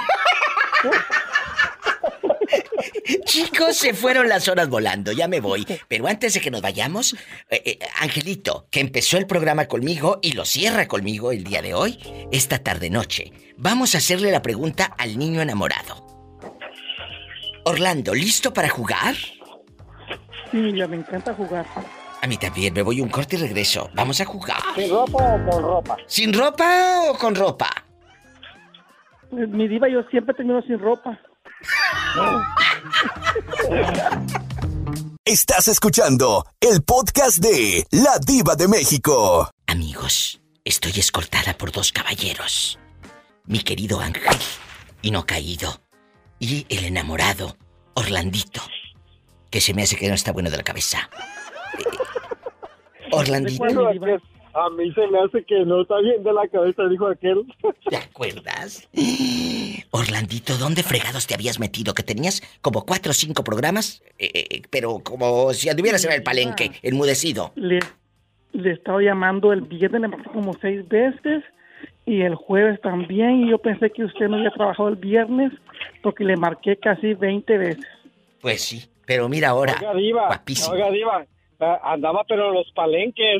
Chicos, se fueron las horas volando, ya me voy. Pero antes de que nos vayamos, Angelito, que empezó el programa conmigo y lo cierra conmigo el día de hoy, esta tarde-noche, vamos a hacerle la pregunta al niño enamorado. Orlando, ¿listo para jugar? Sí, ya me encanta jugar. A mí también, me voy un corte y regreso. Vamos a jugar. ¿Sin ropa o con ropa? ¿Sin ropa o con ropa? Pues, mi Diva, yo siempre termino sin ropa. Estás escuchando el podcast de La Diva de México. Amigos, estoy escoltada por 2 caballeros. Mi querido Ángel, y no caído, y el enamorado, Orlandito, que se me hace que no está bueno de la cabeza. Orlandito. A mí se me hace que no está bien de la cabeza, dijo aquel. ¿Te acuerdas? Orlandito, ¿dónde fregados te habías metido? Que tenías como 4 o 5 programas, pero como si anduvieras en el palenque, enmudecido. Le he estado llamando el viernes, le marqué como 6 veces, y el jueves también, y yo pensé que usted no había trabajado el viernes, porque le marqué casi 20 veces. Pues sí, pero mira ahora, Oiga, Diva, guapísimo. Oiga, Diva, andaba pero en los palenques.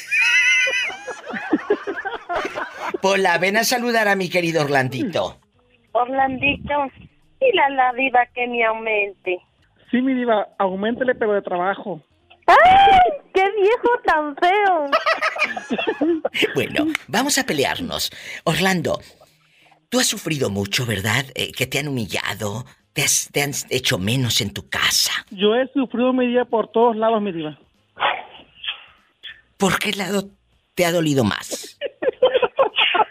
Pola, ven a saludar a mi querido Orlandito. Orlandito, dile a la Diva que me aumente. Sí, mi Diva, auméntele, pero de trabajo. ¡Ay! ¡Qué viejo tan feo! Bueno, vamos a pelearnos. Orlando, tú has sufrido mucho, ¿verdad? Que te han humillado, te han hecho menos en tu casa. Yo he sufrido, mi Diva, por todos lados, mi Diva. ¿Por qué lado te ha dolido más?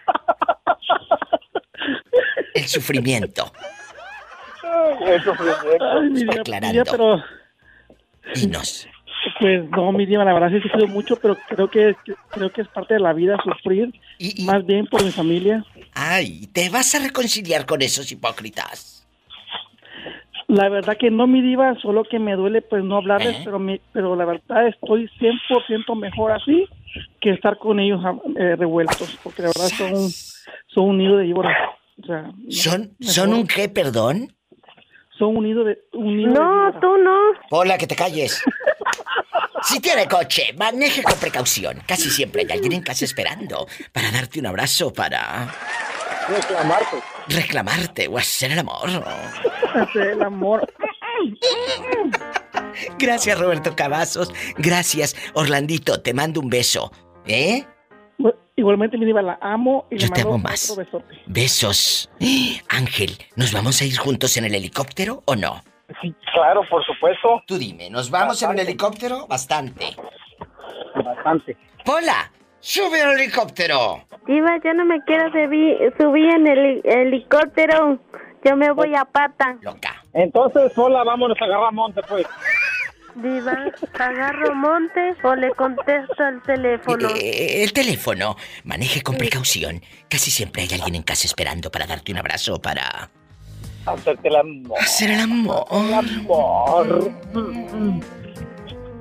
El sufrimiento. El sufrimiento. Ay, mi Diva, pero... Dinos. Pues no, mi Diva, la verdad sí he sufrido mucho, pero creo que es parte de la vida sufrir, más bien por mi familia. Ay, ¿te vas a reconciliar con esos hipócritas? La verdad que no, mi Diva, solo que me duele pues no hablarles, pero la verdad estoy 100% mejor así que estar con ellos revueltos, porque la verdad son un nido de víboras. O sea, ¿Son un qué, perdón? Son un nido de No, tú no. Hola, que te calles. Si tiene coche, maneje con precaución. Casi siempre hay alguien en casa esperando para darte un abrazo, para... Reclamarte o hacer el amor. Hacer el amor. Gracias, Roberto Cavazos. Gracias, Orlandito. Te mando un beso. ¿Eh? Igualmente, mi Diva, la amo y yo le te mando amo más. otro besote. Besos. Ángel, ¿nos vamos a ir juntos en el helicóptero o no? Sí, claro, por supuesto. Tú dime, ¿nos vamos en el helicóptero? Bastante. Pola, sube al helicóptero. Diva, yo no me quiero subir en el helicóptero. Yo me voy a pata. Loca. Entonces, sola, vámonos a agarrar monte, pues. Diva, ¿agarro monte o le contesto al teléfono? El teléfono. Maneje con precaución. Casi siempre hay alguien en casa esperando para darte un abrazo, para... hacerte el amor. Hacer el amor. El amor.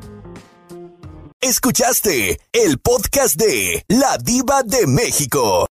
Escuchaste el podcast de La Diva de México.